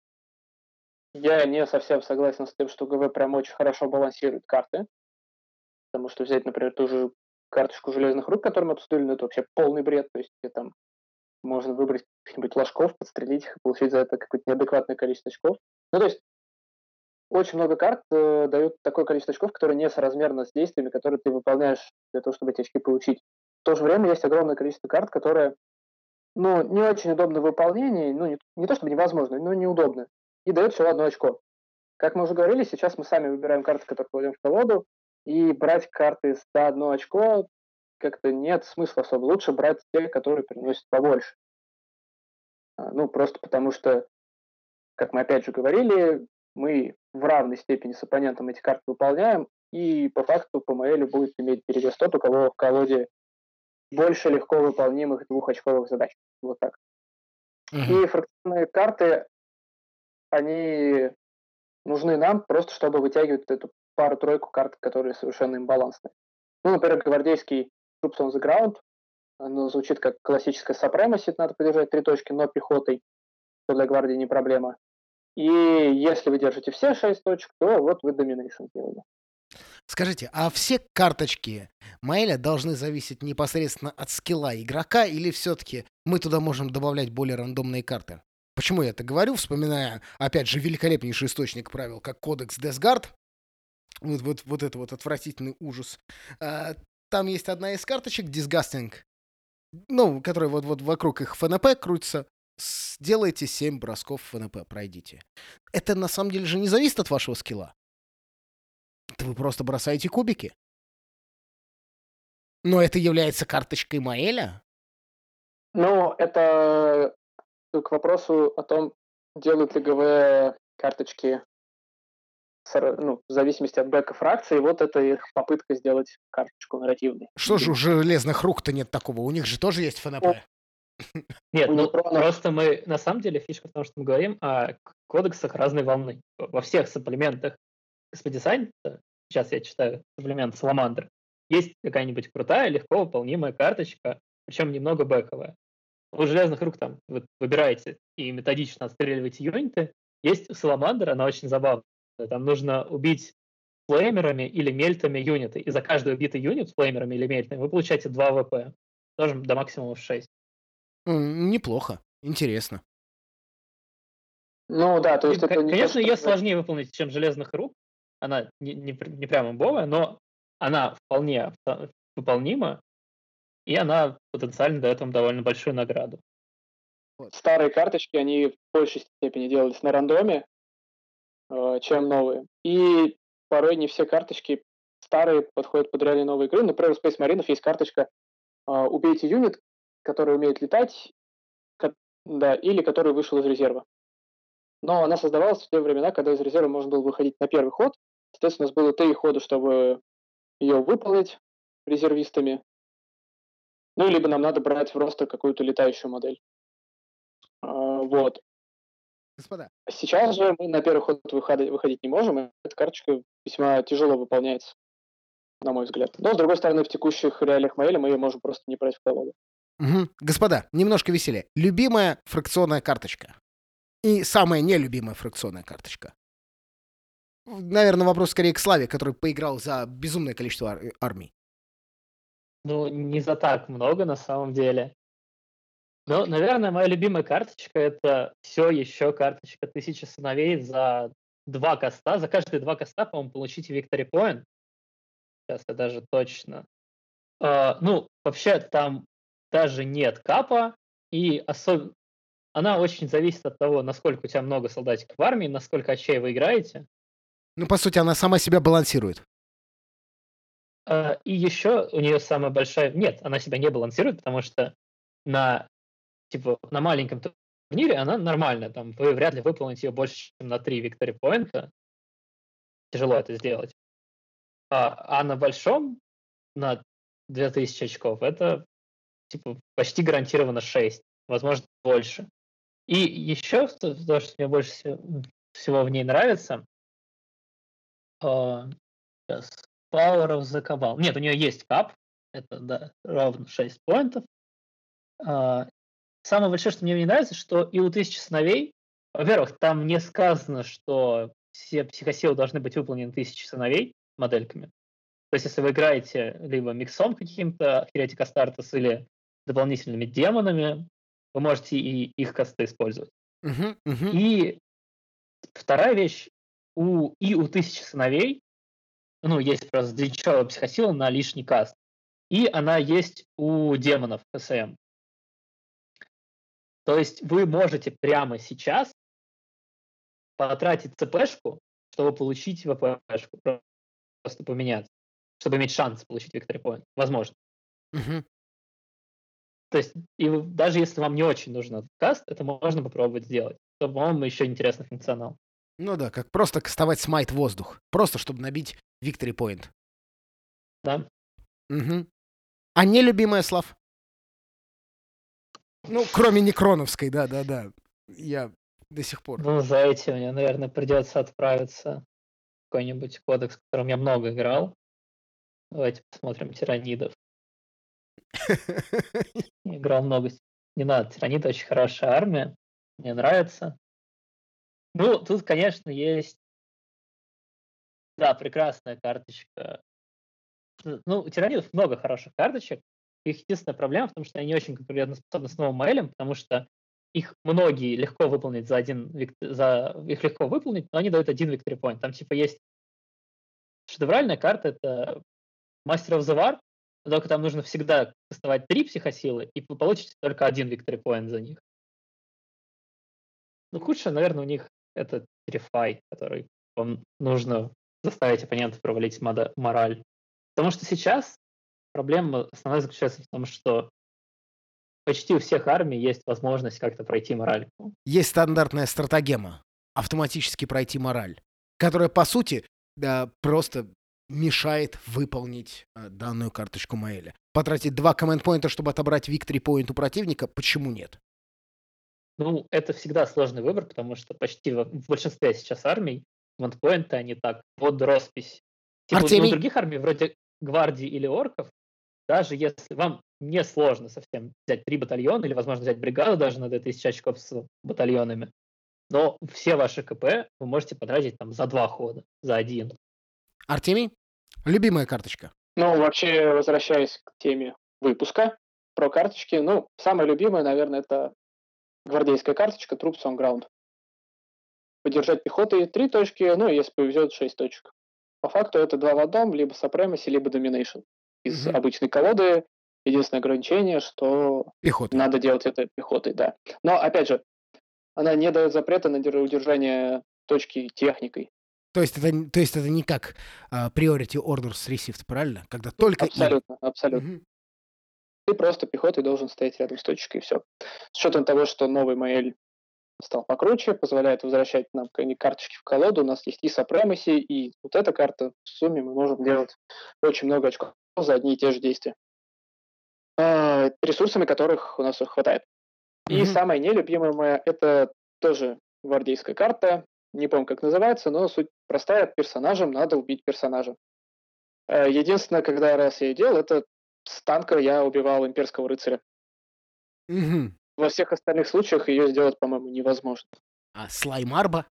я не совсем согласен с тем, что ГВ прям очень хорошо балансирует карты. Потому что взять, например, ту же карточку железных рук, которую мы обсудили, ну, это вообще полный бред. То есть тебе там можно выбрать каких-нибудь ложков, подстрелить их и получить за это какое-то неадекватное количество очков. Ну, то есть очень много карт э, дают такое количество очков, которые несоразмерно с действиями, которые ты выполняешь для того, чтобы эти очки получить. В то же время есть огромное количество карт, которые, ну, не очень удобны в выполнении, ну, не, не то чтобы невозможно, но неудобно. И дают всего одно очко. Как мы уже говорили, сейчас мы сами выбираем карты, которые кладем в колоду, и брать карты за одно очко как-то нет смысла особо. Лучше брать те, которые приносят побольше. Ну, просто потому что, как мы опять же говорили, мы в равной степени с оппонентом эти карты выполняем, и по факту по Маэлю будет иметь перевес тот, у кого в колоде больше легко выполнимых двухочковых задач. Вот так. Мгм. И фракционные карты, они нужны нам просто, чтобы вытягивать эту пару-тройку карт, которые совершенно имбалансны. Ну, например, гвардейский Troops on the Ground, оно звучит как классическая Supremacy, надо подержать три точки, но пехотой, что для гвардии не проблема. И если вы держите все шесть точек, то вот вы Domination сделали. Скажите, а все карточки Маэля должны зависеть непосредственно от скилла игрока, или все-таки мы туда можем добавлять более рандомные карты? Почему я это говорю, вспоминая, опять же, великолепнейший источник правил, как Кодекс Десгард, вот, вот, вот это вот отвратительный ужас. А, там есть одна из карточек, Disgusting, ну, которая вот, вот вокруг их ФНП крутится. Сделайте семь бросков ФНП, пройдите. Это на самом деле же не зависит от вашего скилла. Это вы просто бросаете кубики. Но это является карточкой Маэля? Ну, это к вопросу о том, делают ли ГВ карточки с- ну, в зависимости от бэка фракции. Вот это их попытка сделать карточку нарративной. Что же у железных рук-то нет такого? У них же тоже есть ФНП. Ну, Нет, у ну нейтронов просто мы, на самом деле, фишка в том, что мы говорим о к- кодексах разной волны. Во всех сапплиментах космодесанта, сейчас я читаю сапплимент Саламандр, есть какая-нибудь крутая, легко выполнимая карточка, причем немного бэковая. У железных рук там вы выбираете и методично отстреливаете юниты. Есть у Саламандра, она очень забавная. Там нужно убить флеймерами или мельтами юниты. И за каждый убитый юнит флеймерами или мельтами вы получаете два ВП. Тоже до максимума в шесть. М, Неплохо. Интересно. Ну да, то И, есть это ко- не то, конечно, ее что... сложнее выполнить, чем железных рук. Она не, не, пр- не прям имбовая, но она вполне авто- выполнима, и она потенциально дает вам довольно большую награду. Старые карточки, они в большей степени делались на рандоме, э, чем новые. И порой не все карточки старые подходят под реальные новые игры. Например, у Space Marines есть карточка э, «Убейте юнит», который умеет летать, ко- да, или который вышел из резерва. Но она создавалась в те времена, когда из резерва можно было выходить на первый ход. Соответственно, у нас было три хода, чтобы ее выполнить резервистами. Ну, либо нам надо брать просто какую-то летающую модель. А, вот. Господа, Сейчас же мы на первый ход выходить, выходить не можем, и эта карточка весьма тяжело выполняется, на мой взгляд. Но, с другой стороны, в текущих реалиях Маэля мы ее можем просто не брать в колоду. мгм. Господа, немножко веселее. Любимая фракционная карточка. И самая нелюбимая фракционная карточка. Наверное, вопрос скорее к Славе, который поиграл за безумное количество ар- армий. Ну, не за так много на самом деле. Но, наверное, моя любимая карточка — это все еще карточка «Тысяча сыновей» за два коста. За каждые два коста, по-моему, получите Victory Point. Сейчас я даже точно. А, ну, вообще там даже нет капа, и особ... она очень зависит от того, насколько у тебя много солдатиков в армии, насколько очей вы играете. Ну, по сути, она сама себя балансирует. А, и еще у нее самая большая... Нет, она себя не балансирует, потому что на, типа, на маленьком турнире она нормальная. Там вы вряд ли выполните ее больше, чем на три victory point. Тяжело это сделать. А, а на большом, на две тысячи очков, это типа почти гарантированно шесть, возможно, больше. И еще то, то, что мне больше всего, всего в ней нравится, а, сейчас, Power of the Cabal. Нет, у нее есть кап, это, да, ровно шесть поинтов. А, самое большое, что мне в ней нравится, что и у «Тысячи сыновей», во-первых, там не сказано, что все психосилы должны быть выполнены «Тысячи сыновей» модельками. То есть, если вы играете либо миксом каким-то, Heretic Astartes, или дополнительными демонами, вы можете и их касты использовать. Мгм, мгм. И вторая вещь, у, и у «Тысячи сыновей», ну, есть просто дичевая психосила на лишний каст, и она есть у демонов КСМ. То есть вы можете прямо сейчас потратить ЦПшку, чтобы получить ВПшку, просто поменять, чтобы иметь шанс получить Victory Point. Возможно. Мгм. То есть и вы- даже если вам не очень нужен этот каст, это можно попробовать сделать. То, по-моему, еще интересный функционал. Ну да, как просто кастовать смайт в воздух. Просто, чтобы набить victory point. Да? Мгм. А нелюбимая, Слав? Ну, кроме Некроновской, да-да-да. Я до сих пор. Ну, за этим мне, наверное, придется отправиться в какой-нибудь кодекс, в котором я много играл. Давайте посмотрим тиранидов. Я играл много. Не надо, тираниды очень хорошая армия. Мне нравится. Ну, тут, конечно, есть, да, прекрасная карточка. Ну, у тиранидов много хороших карточек. Их единственная проблема в том, что они не очень конкурентоспособны с новым Маэлем, потому что их многие легко выполнить за один вик- за их легко выполнить, но они дают один victory point. Там типа есть шедевральная карта, это Master of the War, только там нужно всегда доставать три психосилы, и вы получите только один victory point за них. Ну, худшее, наверное, у них это Terrify, который вам нужно заставить оппонента провалить мода- мораль. Потому что сейчас проблема основная заключается в том, что почти у всех армий есть возможность как-то пройти моральку. Есть стандартная стратагема. Автоматически пройти мораль. Которая, по сути, да, просто мешает выполнить э, данную карточку Маэля. Потратить два коммент-поинта, чтобы отобрать victory point у противника, почему нет? Ну, это всегда сложный выбор, потому что почти во- в большинстве сейчас армий коммент-поинты, они так, вот роспись. Типа, ну, у Артемий? других армий, вроде гвардии или орков, даже если вам не сложно совсем взять три батальона, или, возможно, взять бригаду даже на две тысячи очков с батальонами, но все ваши КП вы можете потратить там за два хода, за один. Артемий? Любимая карточка. Ну, вообще, возвращаясь к теме выпуска про карточки, ну, самая любимая, наверное, это гвардейская карточка Troops on Ground. Поддержать пехотой три точки, ну, и если повезет, шесть точек. По факту это два в одном, либо Supremacy, либо Domination. Из Мгм. обычной колоды единственное ограничение, что Пехота. надо делать это пехотой, да. Но, опять же, она не дает запрета на дер- удержание точки техникой. То есть это, н- то есть это не как а, Priority Orders Received, правильно? Когда только им. Абсолютно, абсолютно. Мгм. Ты просто пехотой должен стоять рядом с точкой, и все. С учетом того, что новый Маэль стал покруче, позволяет возвращать нам какие-нибудь карточки в колоду. У нас есть и Supremacy, и вот эта карта. В сумме мы можем делать очень много очков за одни и те же действия. А, ресурсами которых у нас хватает. И Мгм. самая нелюбимая моя, это тоже гвардейская карта. Не помню, как называется, но суть простая. Персонажем надо убить персонажа. Э, Единственное, когда раз я ее делал, это с танка я убивал имперского рыцаря. Мгм. Во всех остальных случаях ее сделать, по-моему, невозможно. А Слаймарба?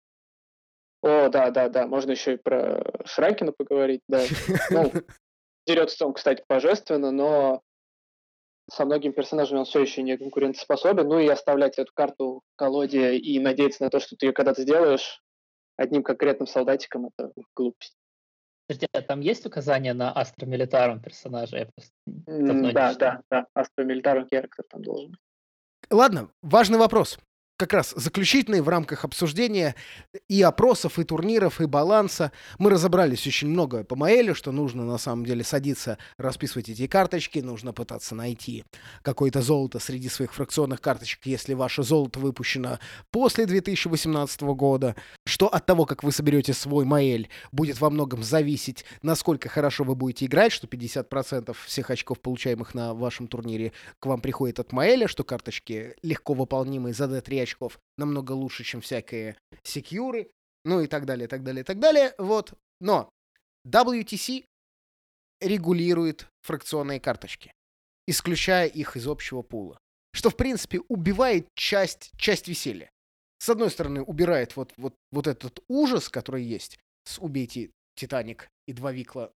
О, да, да, да. Можно еще и про Шрайкина поговорить, да. Ну, дерется он, кстати, божественно, но со многими персонажами он все еще не конкурентоспособен. Ну и оставлять эту карту в колоде и надеяться на то, что ты ее когда-то сделаешь одним конкретным солдатиком, это глупость. Подожди, а там есть указание на астромилитаром персонажа? Я просто давно М, не Да, читал. да, да. Астромилитарный характер там должен быть. Ладно, важный вопрос. Как раз заключительный в рамках обсуждения и опросов, и турниров, и баланса. Мы разобрались очень много по Маэлю, что нужно на самом деле садиться, расписывать эти карточки, нужно пытаться найти какое-то золото среди своих фракционных карточек, если ваше золото выпущено после две тысячи восемнадцатого года, что от того, как вы соберете свой Маэль, будет во многом зависеть, насколько хорошо вы будете играть, что пятьдесят процентов всех очков, получаемых на вашем турнире, к вам приходит от Маэля, что карточки легко выполнимые за дэ три очков намного лучше, чем всякие секьюры, ну и так далее, так далее, так далее. Вот. Но дабл ю ти си регулирует фракционные карточки, исключая их из общего пула, что, в принципе, убивает часть, часть веселья. С одной стороны, убирает вот, вот, вот этот ужас, который есть с «Убейте Титаник» и два Викла.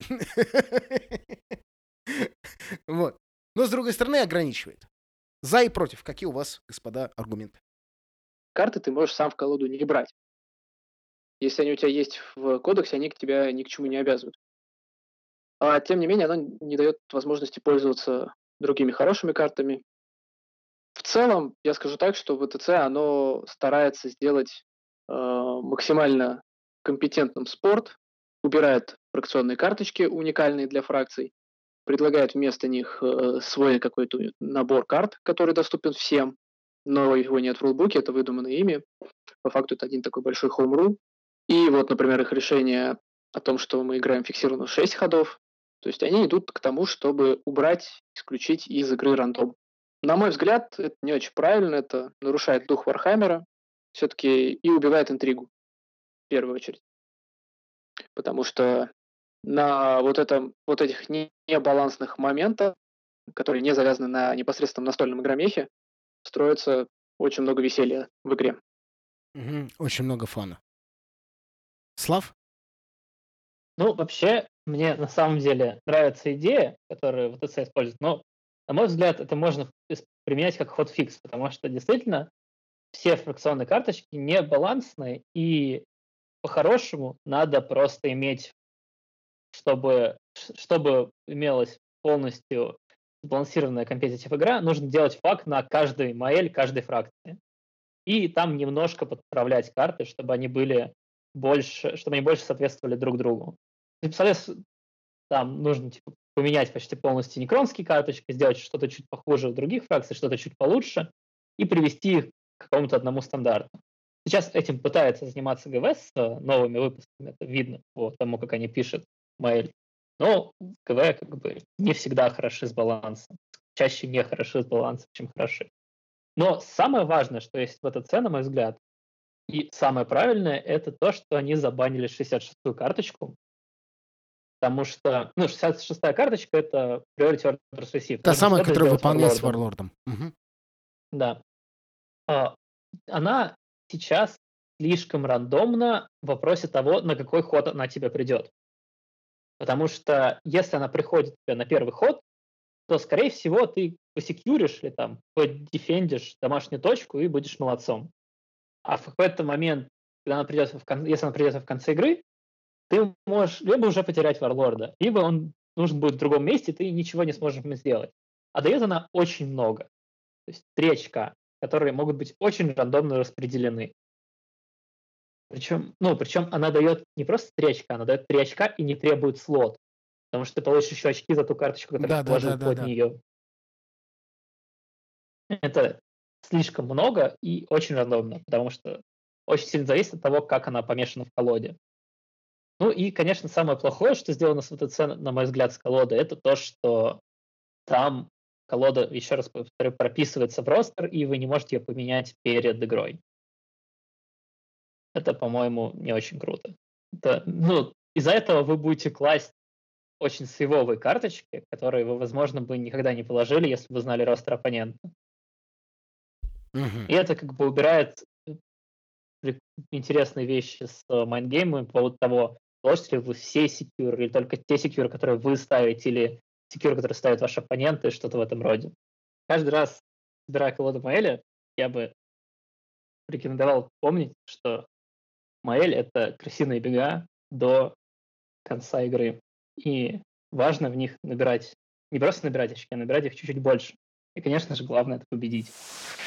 Вот. Но, с другой стороны, ограничивает. За и против. Какие у вас, господа, аргументы? Карты ты можешь сам в колоду не брать. Если они у тебя есть в кодексе, они к тебя ни к чему не обязывают. А тем не менее, оно не дает возможности пользоваться другими хорошими картами. В целом, я скажу так, что вэ тэ цэ, оно старается сделать э, максимально компетентным спорт, убирает фракционные карточки, уникальные для фракций, предлагает вместо них э, свой какой-то набор карт, который доступен всем, но его нет в рулбуке, это выдуманное ими. По факту это один такой большой хоум-рул. И вот, например, их решение о том, что мы играем фиксированно шесть ходов, то есть они идут к тому, чтобы убрать, исключить из игры рандом. На мой взгляд, это не очень правильно, это нарушает дух Вархаммера все-таки и убивает интригу в первую очередь. Потому что на вот, этом, вот этих не- небалансных моментах, которые не завязаны на непосредственном настольном игромехе, строится очень много веселья в игре. Мгм. Очень много фана. Слав? Ну, вообще, мне на самом деле нравится идея, которую вэ тэ цэ использует, но, на мой взгляд, это можно ис- применять как ход-фикс, потому что действительно все фракционные карточки не балансные, и по-хорошему надо просто иметь, чтобы, ш- чтобы имелась полностью сбалансированная компетитив игра, нужно делать фак на каждый маэль каждой фракции. И там немножко подправлять карты, чтобы они были больше, чтобы они больше соответствовали друг другу. И, соответственно, там нужно типа, поменять почти полностью некронские карточки, сделать что-то чуть похуже у других фракций, что-то чуть получше, и привести их к какому-то одному стандарту. Сейчас этим пытается заниматься гэ вэ с э, новыми выпусками, это видно по тому, как они пишут Mail. Но гэ вэ как бы не всегда хороши с балансом. Чаще не хороши с балансом, чем хороши. Но самое важное, что есть в вэ тэ цэ, на мой взгляд, и самое правильное, это то, что они забанили шестьдесят шестую карточку, потому что, ну, шестьдесят шестая карточка — это Priority Orders Received. Та Нужно самая, что-то которая сделать выполняется варлордом. варлордом. Мгм. Да. А, Она сейчас слишком рандомна в вопросе того, на какой ход она тебе придет. Потому что если она приходит тебе на первый ход, то, скорее всего, ты посекьюришь или там подефендишь домашнюю точку и будешь молодцом. А в какой-то момент, когда она придет в кон... если она придет в конце игры, ты можешь либо уже потерять варлорда, либо он нужен будет в другом месте, ты ничего не сможешь ему сделать. А дает она очень много. То есть три очка, которые могут быть очень рандомно распределены. Причем, ну, причем она дает не просто три очка, она дает три очка и не требует слот. Потому что ты получишь еще очки за ту карточку, которую Да, ты да, положил да, да, под да. нее. Это слишком много и очень рандомно, потому что очень сильно зависит от того, как она помешана в колоде. Ну и, конечно, самое плохое, что сделано с вэ тэ цэ, на мой взгляд, с колодой, это то, что там колода, еще раз повторю, прописывается в ростер, и вы не можете ее поменять перед игрой. Это, по-моему, не очень круто. Это, ну, из-за этого вы будете класть очень сейвовые карточки, которые вы, возможно, бы никогда не положили, если бы знали ростер оппонента. Мгм. И это как бы убирает э, при- интересные вещи с э, майндгеймом по поводу того, положите ли вы все секьюры, или только те секьюры, которые вы ставите, или секьюры, которые ставят ваши оппоненты, что-то в этом роде. Каждый раз, собирая колоду Маэля, я бы рекомендовал помнить, что Маэль — это крысиные бега до конца игры. И важно в них набирать, не просто набирать очки, а набирать их чуть-чуть больше. И, конечно же, главное — это победить.